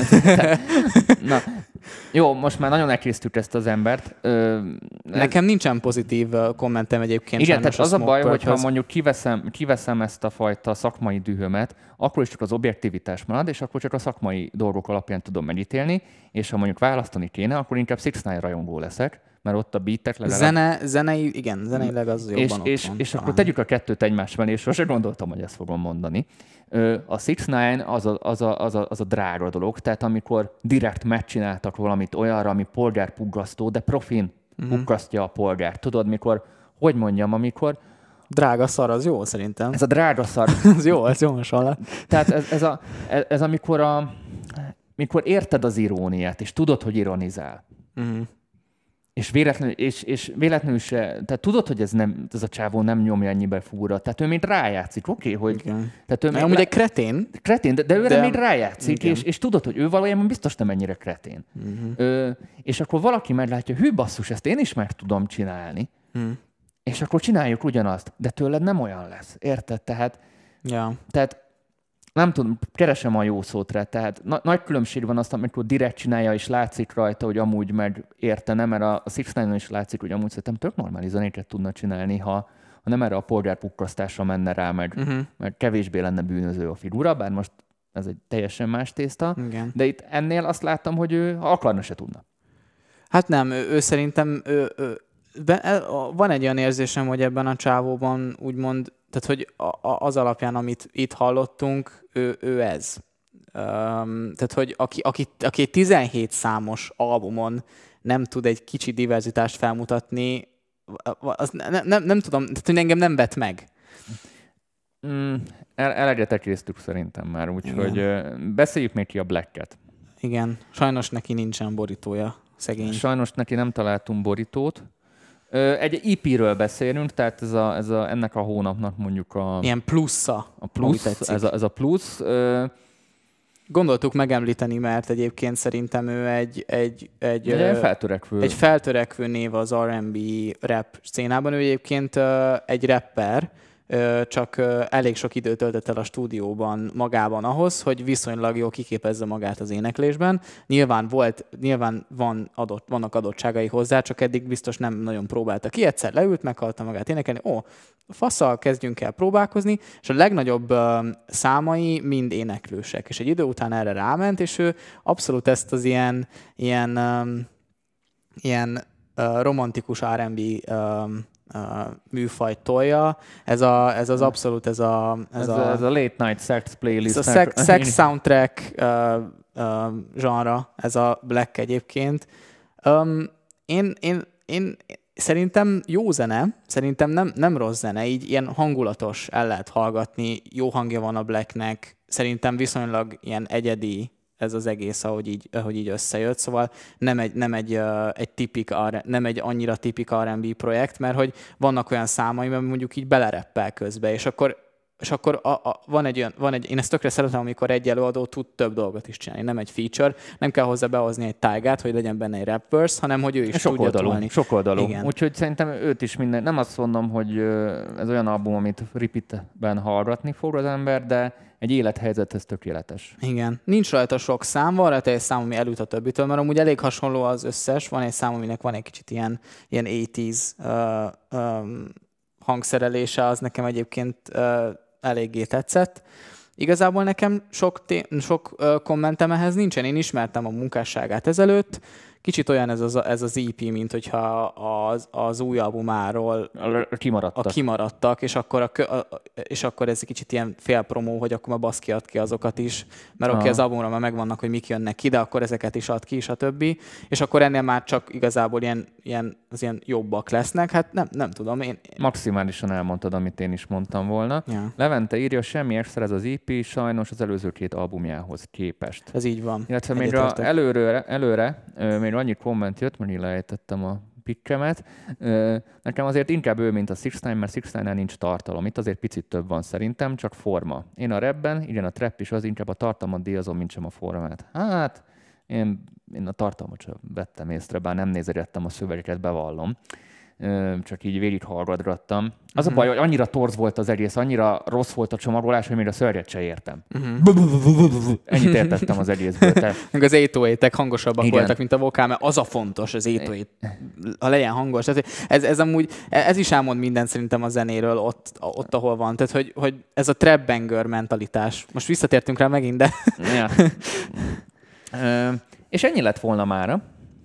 Na, jó, most már nagyon elkészítjük ezt az embert. Ö, Nekem ez... nincsen pozitív kommentem egyébként. Igen, tehát az a baj, hogyha mondjuk kiveszem, kiveszem ezt a fajta szakmai dühömet, akkor is csak az objektivitás marad, és akkor csak a szakmai dolgok alapján tudom megítélni, és ha mondjuk választani kéne, akkor inkább six ix nine rajongó leszek, mert ott a beatek legalább... Zene, zenei, igen, zeneileg az jobban és, ott és, van. És akkor tegyük a kettőt egymás mellé, és sose gondoltam, hogy ezt fogom mondani. A six ix nine az a, az, a, az, a, az a drága dolog, tehát amikor direkt megcsináltak valamit olyanra, ami polgárpuggasztó, de profin mm-hmm. puggasztja a polgár. Tudod, mikor, hogy mondjam, amikor... Drága szar, az jó szerintem. Ez a drága szar. Ez jó, ez jó hasonlat. Tehát ez, ez, a, ez, ez amikor, a, mikor érted az iróniát, és tudod, hogy ironizál. Mm. És véletlenül, és, és véletlenül se, tehát tudod, hogy ez, nem, ez a csávó nem nyomja ennyibe fúra. Tehát ő még rájátszik, oké? Okay, hogy... Tehát ő még amúgy egy kretén. Kretén, de, de ő de... még rájátszik, és, és tudod, hogy ő valójában biztos nem ennyire kretén. Uh-huh. Ö, és akkor valaki meglátja, hű basszus, ezt én is meg tudom csinálni. Uh-huh. És akkor csináljuk ugyanazt, de tőled nem olyan lesz. Érted? Tehát, ja. tehát nem tudom, keresem a jó szót rá, tehát na- nagy különbség van azt, amikor direkt csinálja, és látszik rajta, hogy amúgy meg értene, mert a, a six ix nine-on is látszik, hogy amúgy szerintem tök normális zenéket tudna csinálni, ha, ha nem erre a polgárpukkasztásra menne rá, meg, uh-huh. mert kevésbé lenne bűnöző a figura, bár most ez egy teljesen más tészta, igen. De itt ennél azt láttam, hogy ő, ha akarna, se tudna. Hát nem, ő, ő szerintem ő, ő, de van egy olyan érzésem, hogy ebben a csávóban úgymond, tehát hogy az alapján, amit itt hallottunk, ő, ő ez. Um, tehát, hogy aki, aki, aki egy tizenhét számos albumon nem tud egy kicsi diverzitást felmutatni, az ne, nem, nem tudom, tehát hogy engem nem vet meg. Mm, el, eleget ekésztük szerintem már, úgyhogy beszéljük még ki a Blacket. Igen, sajnos neki nincsen borítója, szegény. Sajnos neki nem találtunk borítót. Egy í pé-ről beszélünk, tehát ez a, ez a, ennek a hónapnak mondjuk a... Ilyen plusza. A plusz, ez a, ez a plusz. Gondoltuk megemlíteni, mert egyébként szerintem ő egy... Egy, egy, egy feltörekvő. Egy feltörekvő név az er and bé rap szénában. Ő egyébként egy rapper, csak elég sok időt töltött el a stúdióban magában ahhoz, hogy viszonylag jól kiképezze magát az éneklésben. Nyilván volt, nyilván van adott, vannak adottságai hozzá, csak eddig biztos nem nagyon próbálta ki. Egyszer leült, meghallgatta magát énekelni, ó, faszal kezdjünk el próbálkozni, és a legnagyobb uh, számai mind éneklősek. És egy idő után erre ráment, és ő abszolút ezt az ilyen, ilyen, um, ilyen uh, romantikus er and bé um, Uh, műfajt tolja. Ez, a, ez az abszolút, ez a... Ez, ez, a, ez a late night sex playlist. Ez a sex, sex soundtrack uh, uh, genre, ez a Black egyébként. Um, én, én, én szerintem jó zene, szerintem nem, nem rossz zene, így ilyen hangulatos, el lehet hallgatni, jó hangja van a Blacknek, szerintem viszonylag ilyen egyedi ez az egész, ahogy így, ahogy így összejött, szóval nem egy, nem egy, uh, egy tipik, nem egy annyira tipik er and bé projekt, mert hogy vannak olyan számai, mert mondjuk így belereppel közbe, és akkor, és akkor a, a, van, egy olyan, van egy, én ezt tökre szeretem, amikor egy előadó tud több dolgot is csinálni, nem egy feature, nem kell hozzá behozni egy tájgát, hogy legyen benne egy rap verse, hanem hogy ő is sok tudja oldalú, tolni. Sok oldalú, úgyhogy szerintem őt is minden, nem azt mondom, hogy ez olyan album, amit repeatben hallgatni fog az ember, de egy élethelyzethez tökéletes. Igen. Nincs rajta sok szám, van rajta egy szám, ami elüt a többitől, mert amúgy elég hasonló az összes. Van egy szám, aminek van egy kicsit ilyen, ilyen nyolcvanas uh, um, hangszerelése, az nekem egyébként uh, eléggé tetszett. Igazából nekem sok, té- sok uh, kommentem ehhez nincsen. Én ismertem a munkásságát ezelőtt, kicsit olyan ez az, ez az é pé, mint hogyha az, az új albumáról kimaradtak. A kimaradtak, és akkor, a, a, és akkor ez egy kicsit ilyen félpromó, hogy akkor már baszki ad ki azokat is, mert oké, okay, az albumra már megvannak, hogy mik jönnek ki, de akkor ezeket is ad ki, és a többi. És akkor ennél már csak igazából ilyen, ilyen, az ilyen jobbak lesznek. Hát nem, nem tudom. Én... Maximálisan elmondtad, amit én is mondtam volna. Ja. Levente írja, semmi extra ez az é pé, sajnos az előző két albumjához képest. Ez így van. Illetve még a, előre, előre még annyi komment jött, mert én lejtettem a pikkemet. Nekem azért inkább ő, mint a Six Nine, mert Six Nine-nál nincs tartalom. Itt azért picit több van szerintem, csak forma. Én a rapben, igen, a trap is az, inkább a tartalmat díjazom, mint sem a formát. Hát, én, én a tartalmat sem vettem észre, bár nem nézegettem a szövegeket, bevallom. Csak így végighallgatgattam. Az a baj, hogy annyira torz volt az egész, annyira rossz volt a csomagolás, hogy még a szörnyet se értem. Uh-huh. Ennyit értettem az egészből. Te... Meg az eight oh eight-ek hangosabbak igen. voltak, mint a vokál, mert az a fontos, az eight oh eight, ha legyen hangos. Ez, ez amúgy, ez is elmond mindent szerintem a zenéről ott, ott ahol van. Tehát, hogy, hogy ez a trap banger mentalitás. Most visszatértünk rá megint, de... ja. Ö, és ennyi lett volna mára.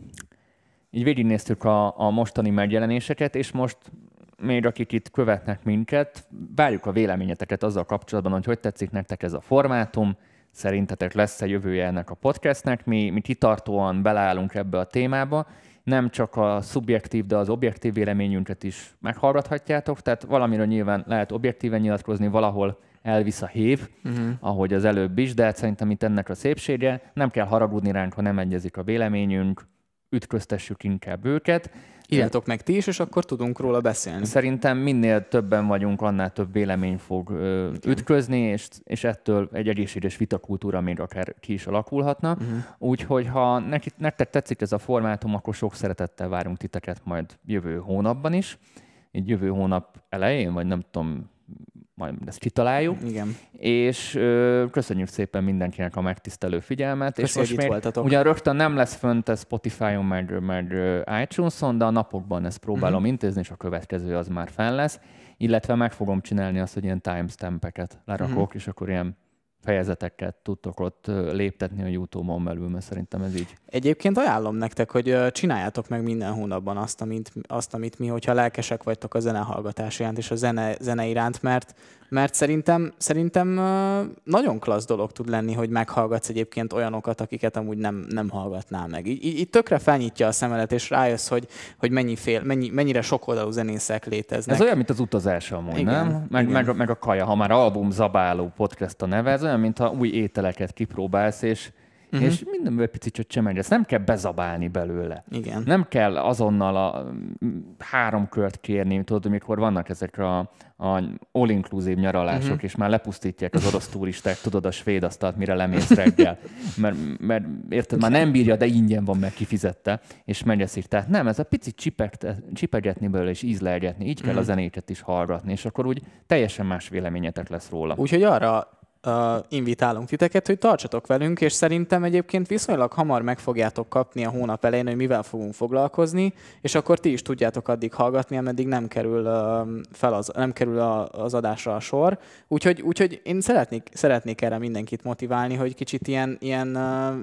Így végignéztük a, a mostani megjelenéseket, és most még akik itt követnek minket, várjuk a véleményeteket azzal kapcsolatban, hogy hogy tetszik nektek ez a formátum, szerintetek lesz-e jövője ennek a podcastnek, mi, mi kitartóan beleállunk ebbe a témába, nem csak a szubjektív, de az objektív véleményünket is meghallgathatjátok, tehát valamiről nyilván lehet objektíven nyilatkozni, valahol elvisz a hév, uh-huh. ahogy az előbb is, de hát szerintem itt ennek a szépsége, nem kell haragudni ránk, ha nem egyezik a véleményünk, ütköztessük inkább őket. Írjátok meg ti is, és akkor tudunk róla beszélni. Szerintem minél többen vagyunk, annál több vélemény fog ö, ütközni, és, és ettől egy egészséges vitakultúra még akár ki is alakulhatna. Uh-huh. Úgyhogy ha nekik, nektek tetszik ez a formátum, akkor sok szeretettel várunk titeket majd jövő hónapban is. Így jövő hónap elején, vagy nem tudom, majd ezt kitaláljuk. Igen. És ö, köszönjük szépen mindenkinek a megtisztelő figyelmet. Köszönjük, és most még voltatok. Ugyan rögtön nem lesz fönt ez Spotify-on, meg, meg iTunes-on, de a napokban ezt próbálom uh-huh. intézni, és a következő az már fenn lesz. Illetve meg fogom csinálni azt, hogy ilyen timestampeket lerakok, uh-huh. és akkor ilyen fejezeteket tudtok ott léptetni a YouTube-on belül, mert szerintem ez így. Egyébként ajánlom nektek, hogy csináljátok meg minden hónapban azt, amit, azt, amit mi, hogyha lelkesek vagytok a zenehallgatás iránt és a zene, zene iránt, mert, mert szerintem, szerintem nagyon klassz dolog tud lenni, hogy meghallgatsz egyébként olyanokat, akiket amúgy nem, nem hallgatnál meg. Így, így tökre felnyitja a szemedet, és rájössz, hogy, hogy mennyi fél, mennyi, mennyire sokoldalú zenészek léteznek. Ez olyan, mint az utazás amúgy, igen, nem? Meg, meg, meg a kaja, ha már albumzabáló podcast a neve, ez olyan, mintha új ételeket kipróbálsz, és Uh-huh. és mindenből picit csöcsemegye. Ezt nem kell bezabálni belőle. Igen. Nem kell azonnal a három kört kérni, tudod, amikor vannak ezek a, a all-inclusive nyaralások, uh-huh. és már lepusztítják az orosz turisták, tudod, a svéd asztalt, mire lemész reggel. Mert, mert érted, már nem bírja, de ingyen van, meg kifizette, és megeszik. Tehát nem, ez a picit csipegte, csipegetni belőle, és ízlelgetni. Így kell uh-huh. a zenéket is hallgatni, és akkor úgy teljesen más véleményetek lesz róla. Úgyhogy arra Uh, invitálunk titeket, hogy tartsatok velünk, és szerintem egyébként viszonylag hamar meg fogjátok kapni a hónap elején, hogy mivel fogunk foglalkozni, és akkor ti is tudjátok addig hallgatni, ameddig nem kerül, uh, fel az, nem kerül a, az adásra a sor. Úgyhogy, úgyhogy én szeretnék, szeretnék erre mindenkit motiválni, hogy kicsit ilyen, ilyen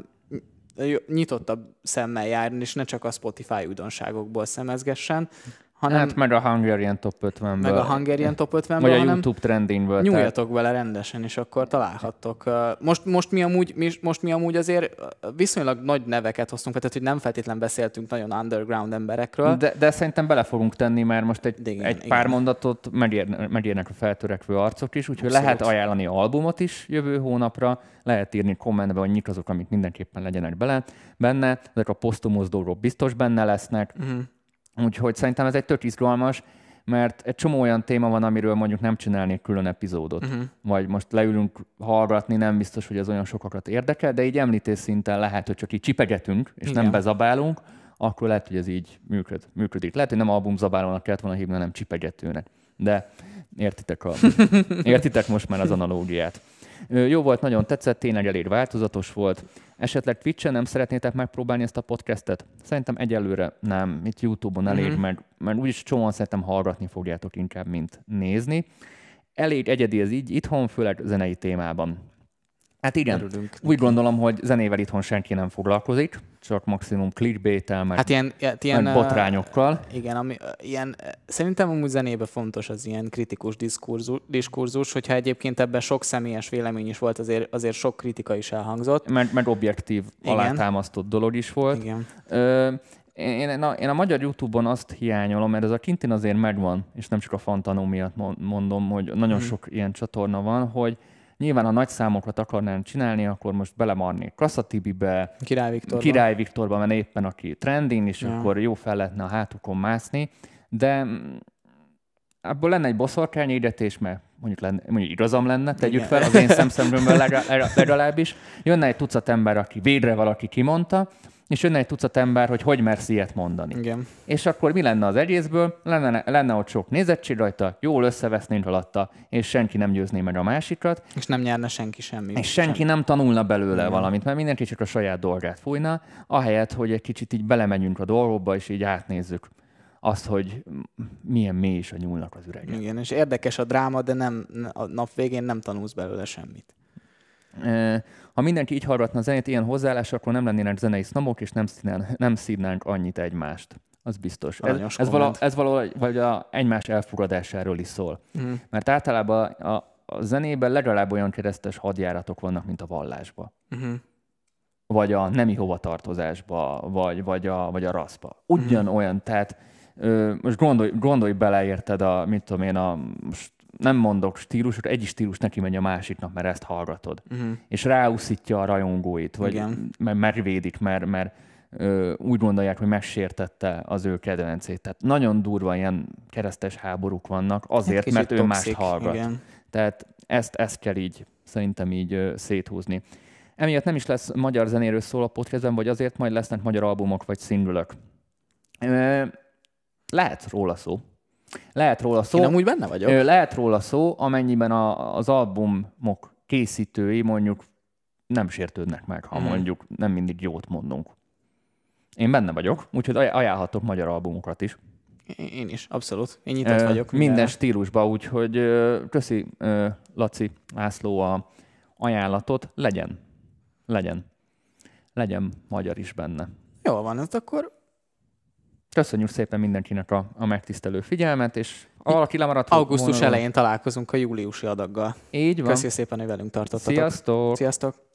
uh, nyitottabb szemmel járni, és ne csak a Spotify újdonságokból szemezgessen, hanem hát meg a Hungarian Top ötvenből. Meg a Hungarian Top ötvenből, vagy a YouTube trendingből. Nyúljatok tehát... vele rendesen, és akkor találhattok. Most, most, mi amúgy, most mi amúgy azért viszonylag nagy neveket hoztunk, tehát hogy nem feltétlen beszéltünk nagyon underground emberekről. De, de szerintem bele fogunk tenni, mert most egy, igen, egy igen. pár mondatot megér, megérnek a feltörekvő arcok is, úgyhogy Abszolút. Lehet ajánlani albumot is jövő hónapra, lehet írni kommentbe, hogy mik azok, amik mindenképpen legyenek bele, benne. Ezek a posztumos dolgok biztos benne lesznek. Uh-huh. Úgyhogy szerintem ez egy tök izgalmas, mert egy csomó olyan téma van, amiről mondjuk nem csinálnék külön epizódot. Uh-huh. Vagy most leülünk hallgatni, nem biztos, hogy ez olyan sokakat érdekel, de így említés szinten lehet, hogy csak így csipegetünk, és igen. nem bezabálunk, akkor lehet, hogy ez így működ, működik. Lehet, hogy nem albumzabálónak kellett volna hívni, hanem csipegetőnek. De értitek, a, értitek most már az analógiát. Jó volt, nagyon tetszett, tényleg elég változatos volt. Esetleg Twitch-en nem szeretnétek megpróbálni ezt a podcastet? Szerintem egyelőre nem. Itt YouTube-on elég, mm-hmm. meg, mert úgyis csomóan szerintem hallgatni fogjátok inkább, mint nézni. Elég egyedi ez így itthon, főleg zenei témában. Hát igen, örülünk. úgy gondolom, hogy zenével itthon senki nem foglalkozik, csak maximum clickbait-tel, meg, hát ilyen, ilyen, meg botrányokkal. Uh, igen, ami, uh, ilyen, szerintem amúgy zenében fontos az ilyen kritikus diskurzus, diskurzus, hogyha egyébként ebben sok személyes vélemény is volt, azért, azért sok kritika is elhangzott. Meg, meg objektív, igen. alátámasztott dolog is volt. Igen. Ö, Én a, én a magyar YouTube-on azt hiányolom, mert ez a kintin azért megvan, és nem csak a Fantanó miatt mondom, hogy nagyon hmm. sok ilyen csatorna van, hogy nyilván, ha nagy számokat akarnánk csinálni, akkor most belemarnék Kassa Tibibe, Király Viktorba, Király Viktorba, mert éppen aki trending, és ja. akkor jó fel lehetne a hátukon mászni, de abból lenne egy boszorkányégetés, mert mondjuk, lenne, mondjuk igazam lenne, tegyük fel, az én szemszemről legalábbis. Jönne egy tucat ember, aki végre valaki kimondta, és jönne egy tucat ember, hogy hogy mersz ilyet mondani. Igen. És akkor mi lenne az egészből? Lenne, lenne ott sok nézettség rajta, jól összevesznénk alatta, és senki nem győzné meg a másikat. És nem nyerne senki semmi. És senki semmi. nem tanulna belőle Igen. valamit, mert mindenki csak a saját dolgát fújna, ahelyett, hogy egy kicsit így belemegyünk a dolgokba, és így átnézzük azt, hogy milyen mély is a nyúlnak az ürege. Igen, és érdekes a dráma, de nem, a nap végén nem tanulsz belőle semmit. Ha mindenki így hallgatna a zenét, ilyen hozzáállás, akkor nem lennének zenei sznobok, és nem, színál, nem szívnánk annyit egymást. Az biztos. Ez, ez, vala, ez valahogy vagy a egymás elfogadásáról is szól. Mm. Mert általában a, a zenében legalább olyan keresztes hadjáratok vannak, mint a vallásban. Mm-hmm. Vagy a nemi hovatartozásba, vagy, vagy, a, vagy a raszba. Ugyanolyan, mm. tehát ö, most gondolj, gondolj bele, érted a, mit tudom én, a most nem mondok stílusot, egy stílus neki megy a másiknak, mert ezt hallgatod. Uh-huh. És ráúszítja a rajongóit, vagy mert megvédik, mert, mert ö, úgy gondolják, hogy megsértette az ő kedvencét. Tehát nagyon durva ilyen keresztes háborúk vannak, azért, mert ő toxic, mást hallgat. Igen. Tehát ezt, ezt kell így, szerintem így ö, széthúzni. Emiatt nem is lesz magyar zenéről szól a podcastben, vagy azért majd lesznek magyar albumok, vagy szingülök. Ö, lehet róla szó. Lehet róla szó. Én amúgy benne vagyok. Lehet róla szó, amennyiben a, az albumok készítői mondjuk nem sértődnek meg, ha mm. mondjuk nem mindig jót mondunk. Én benne vagyok, úgyhogy ajánlhatok magyar albumokat is. Én is, abszolút. Én nyitott uh, vagyok. Minden mindenre. Stílusban, úgyhogy uh, köszi uh, Laci, László a ajánlatot. Legyen. Legyen. Legyen magyar is benne. Jól van, ez akkor... Köszönjük szépen mindenkinek a, a megtisztelő figyelmet, és valaki lemaradt... Augusztus volna elején találkozunk a júliusi adaggal. Így van. Köszönjük szépen, hogy velünk tartottatok. Sziasztok! Sziasztok!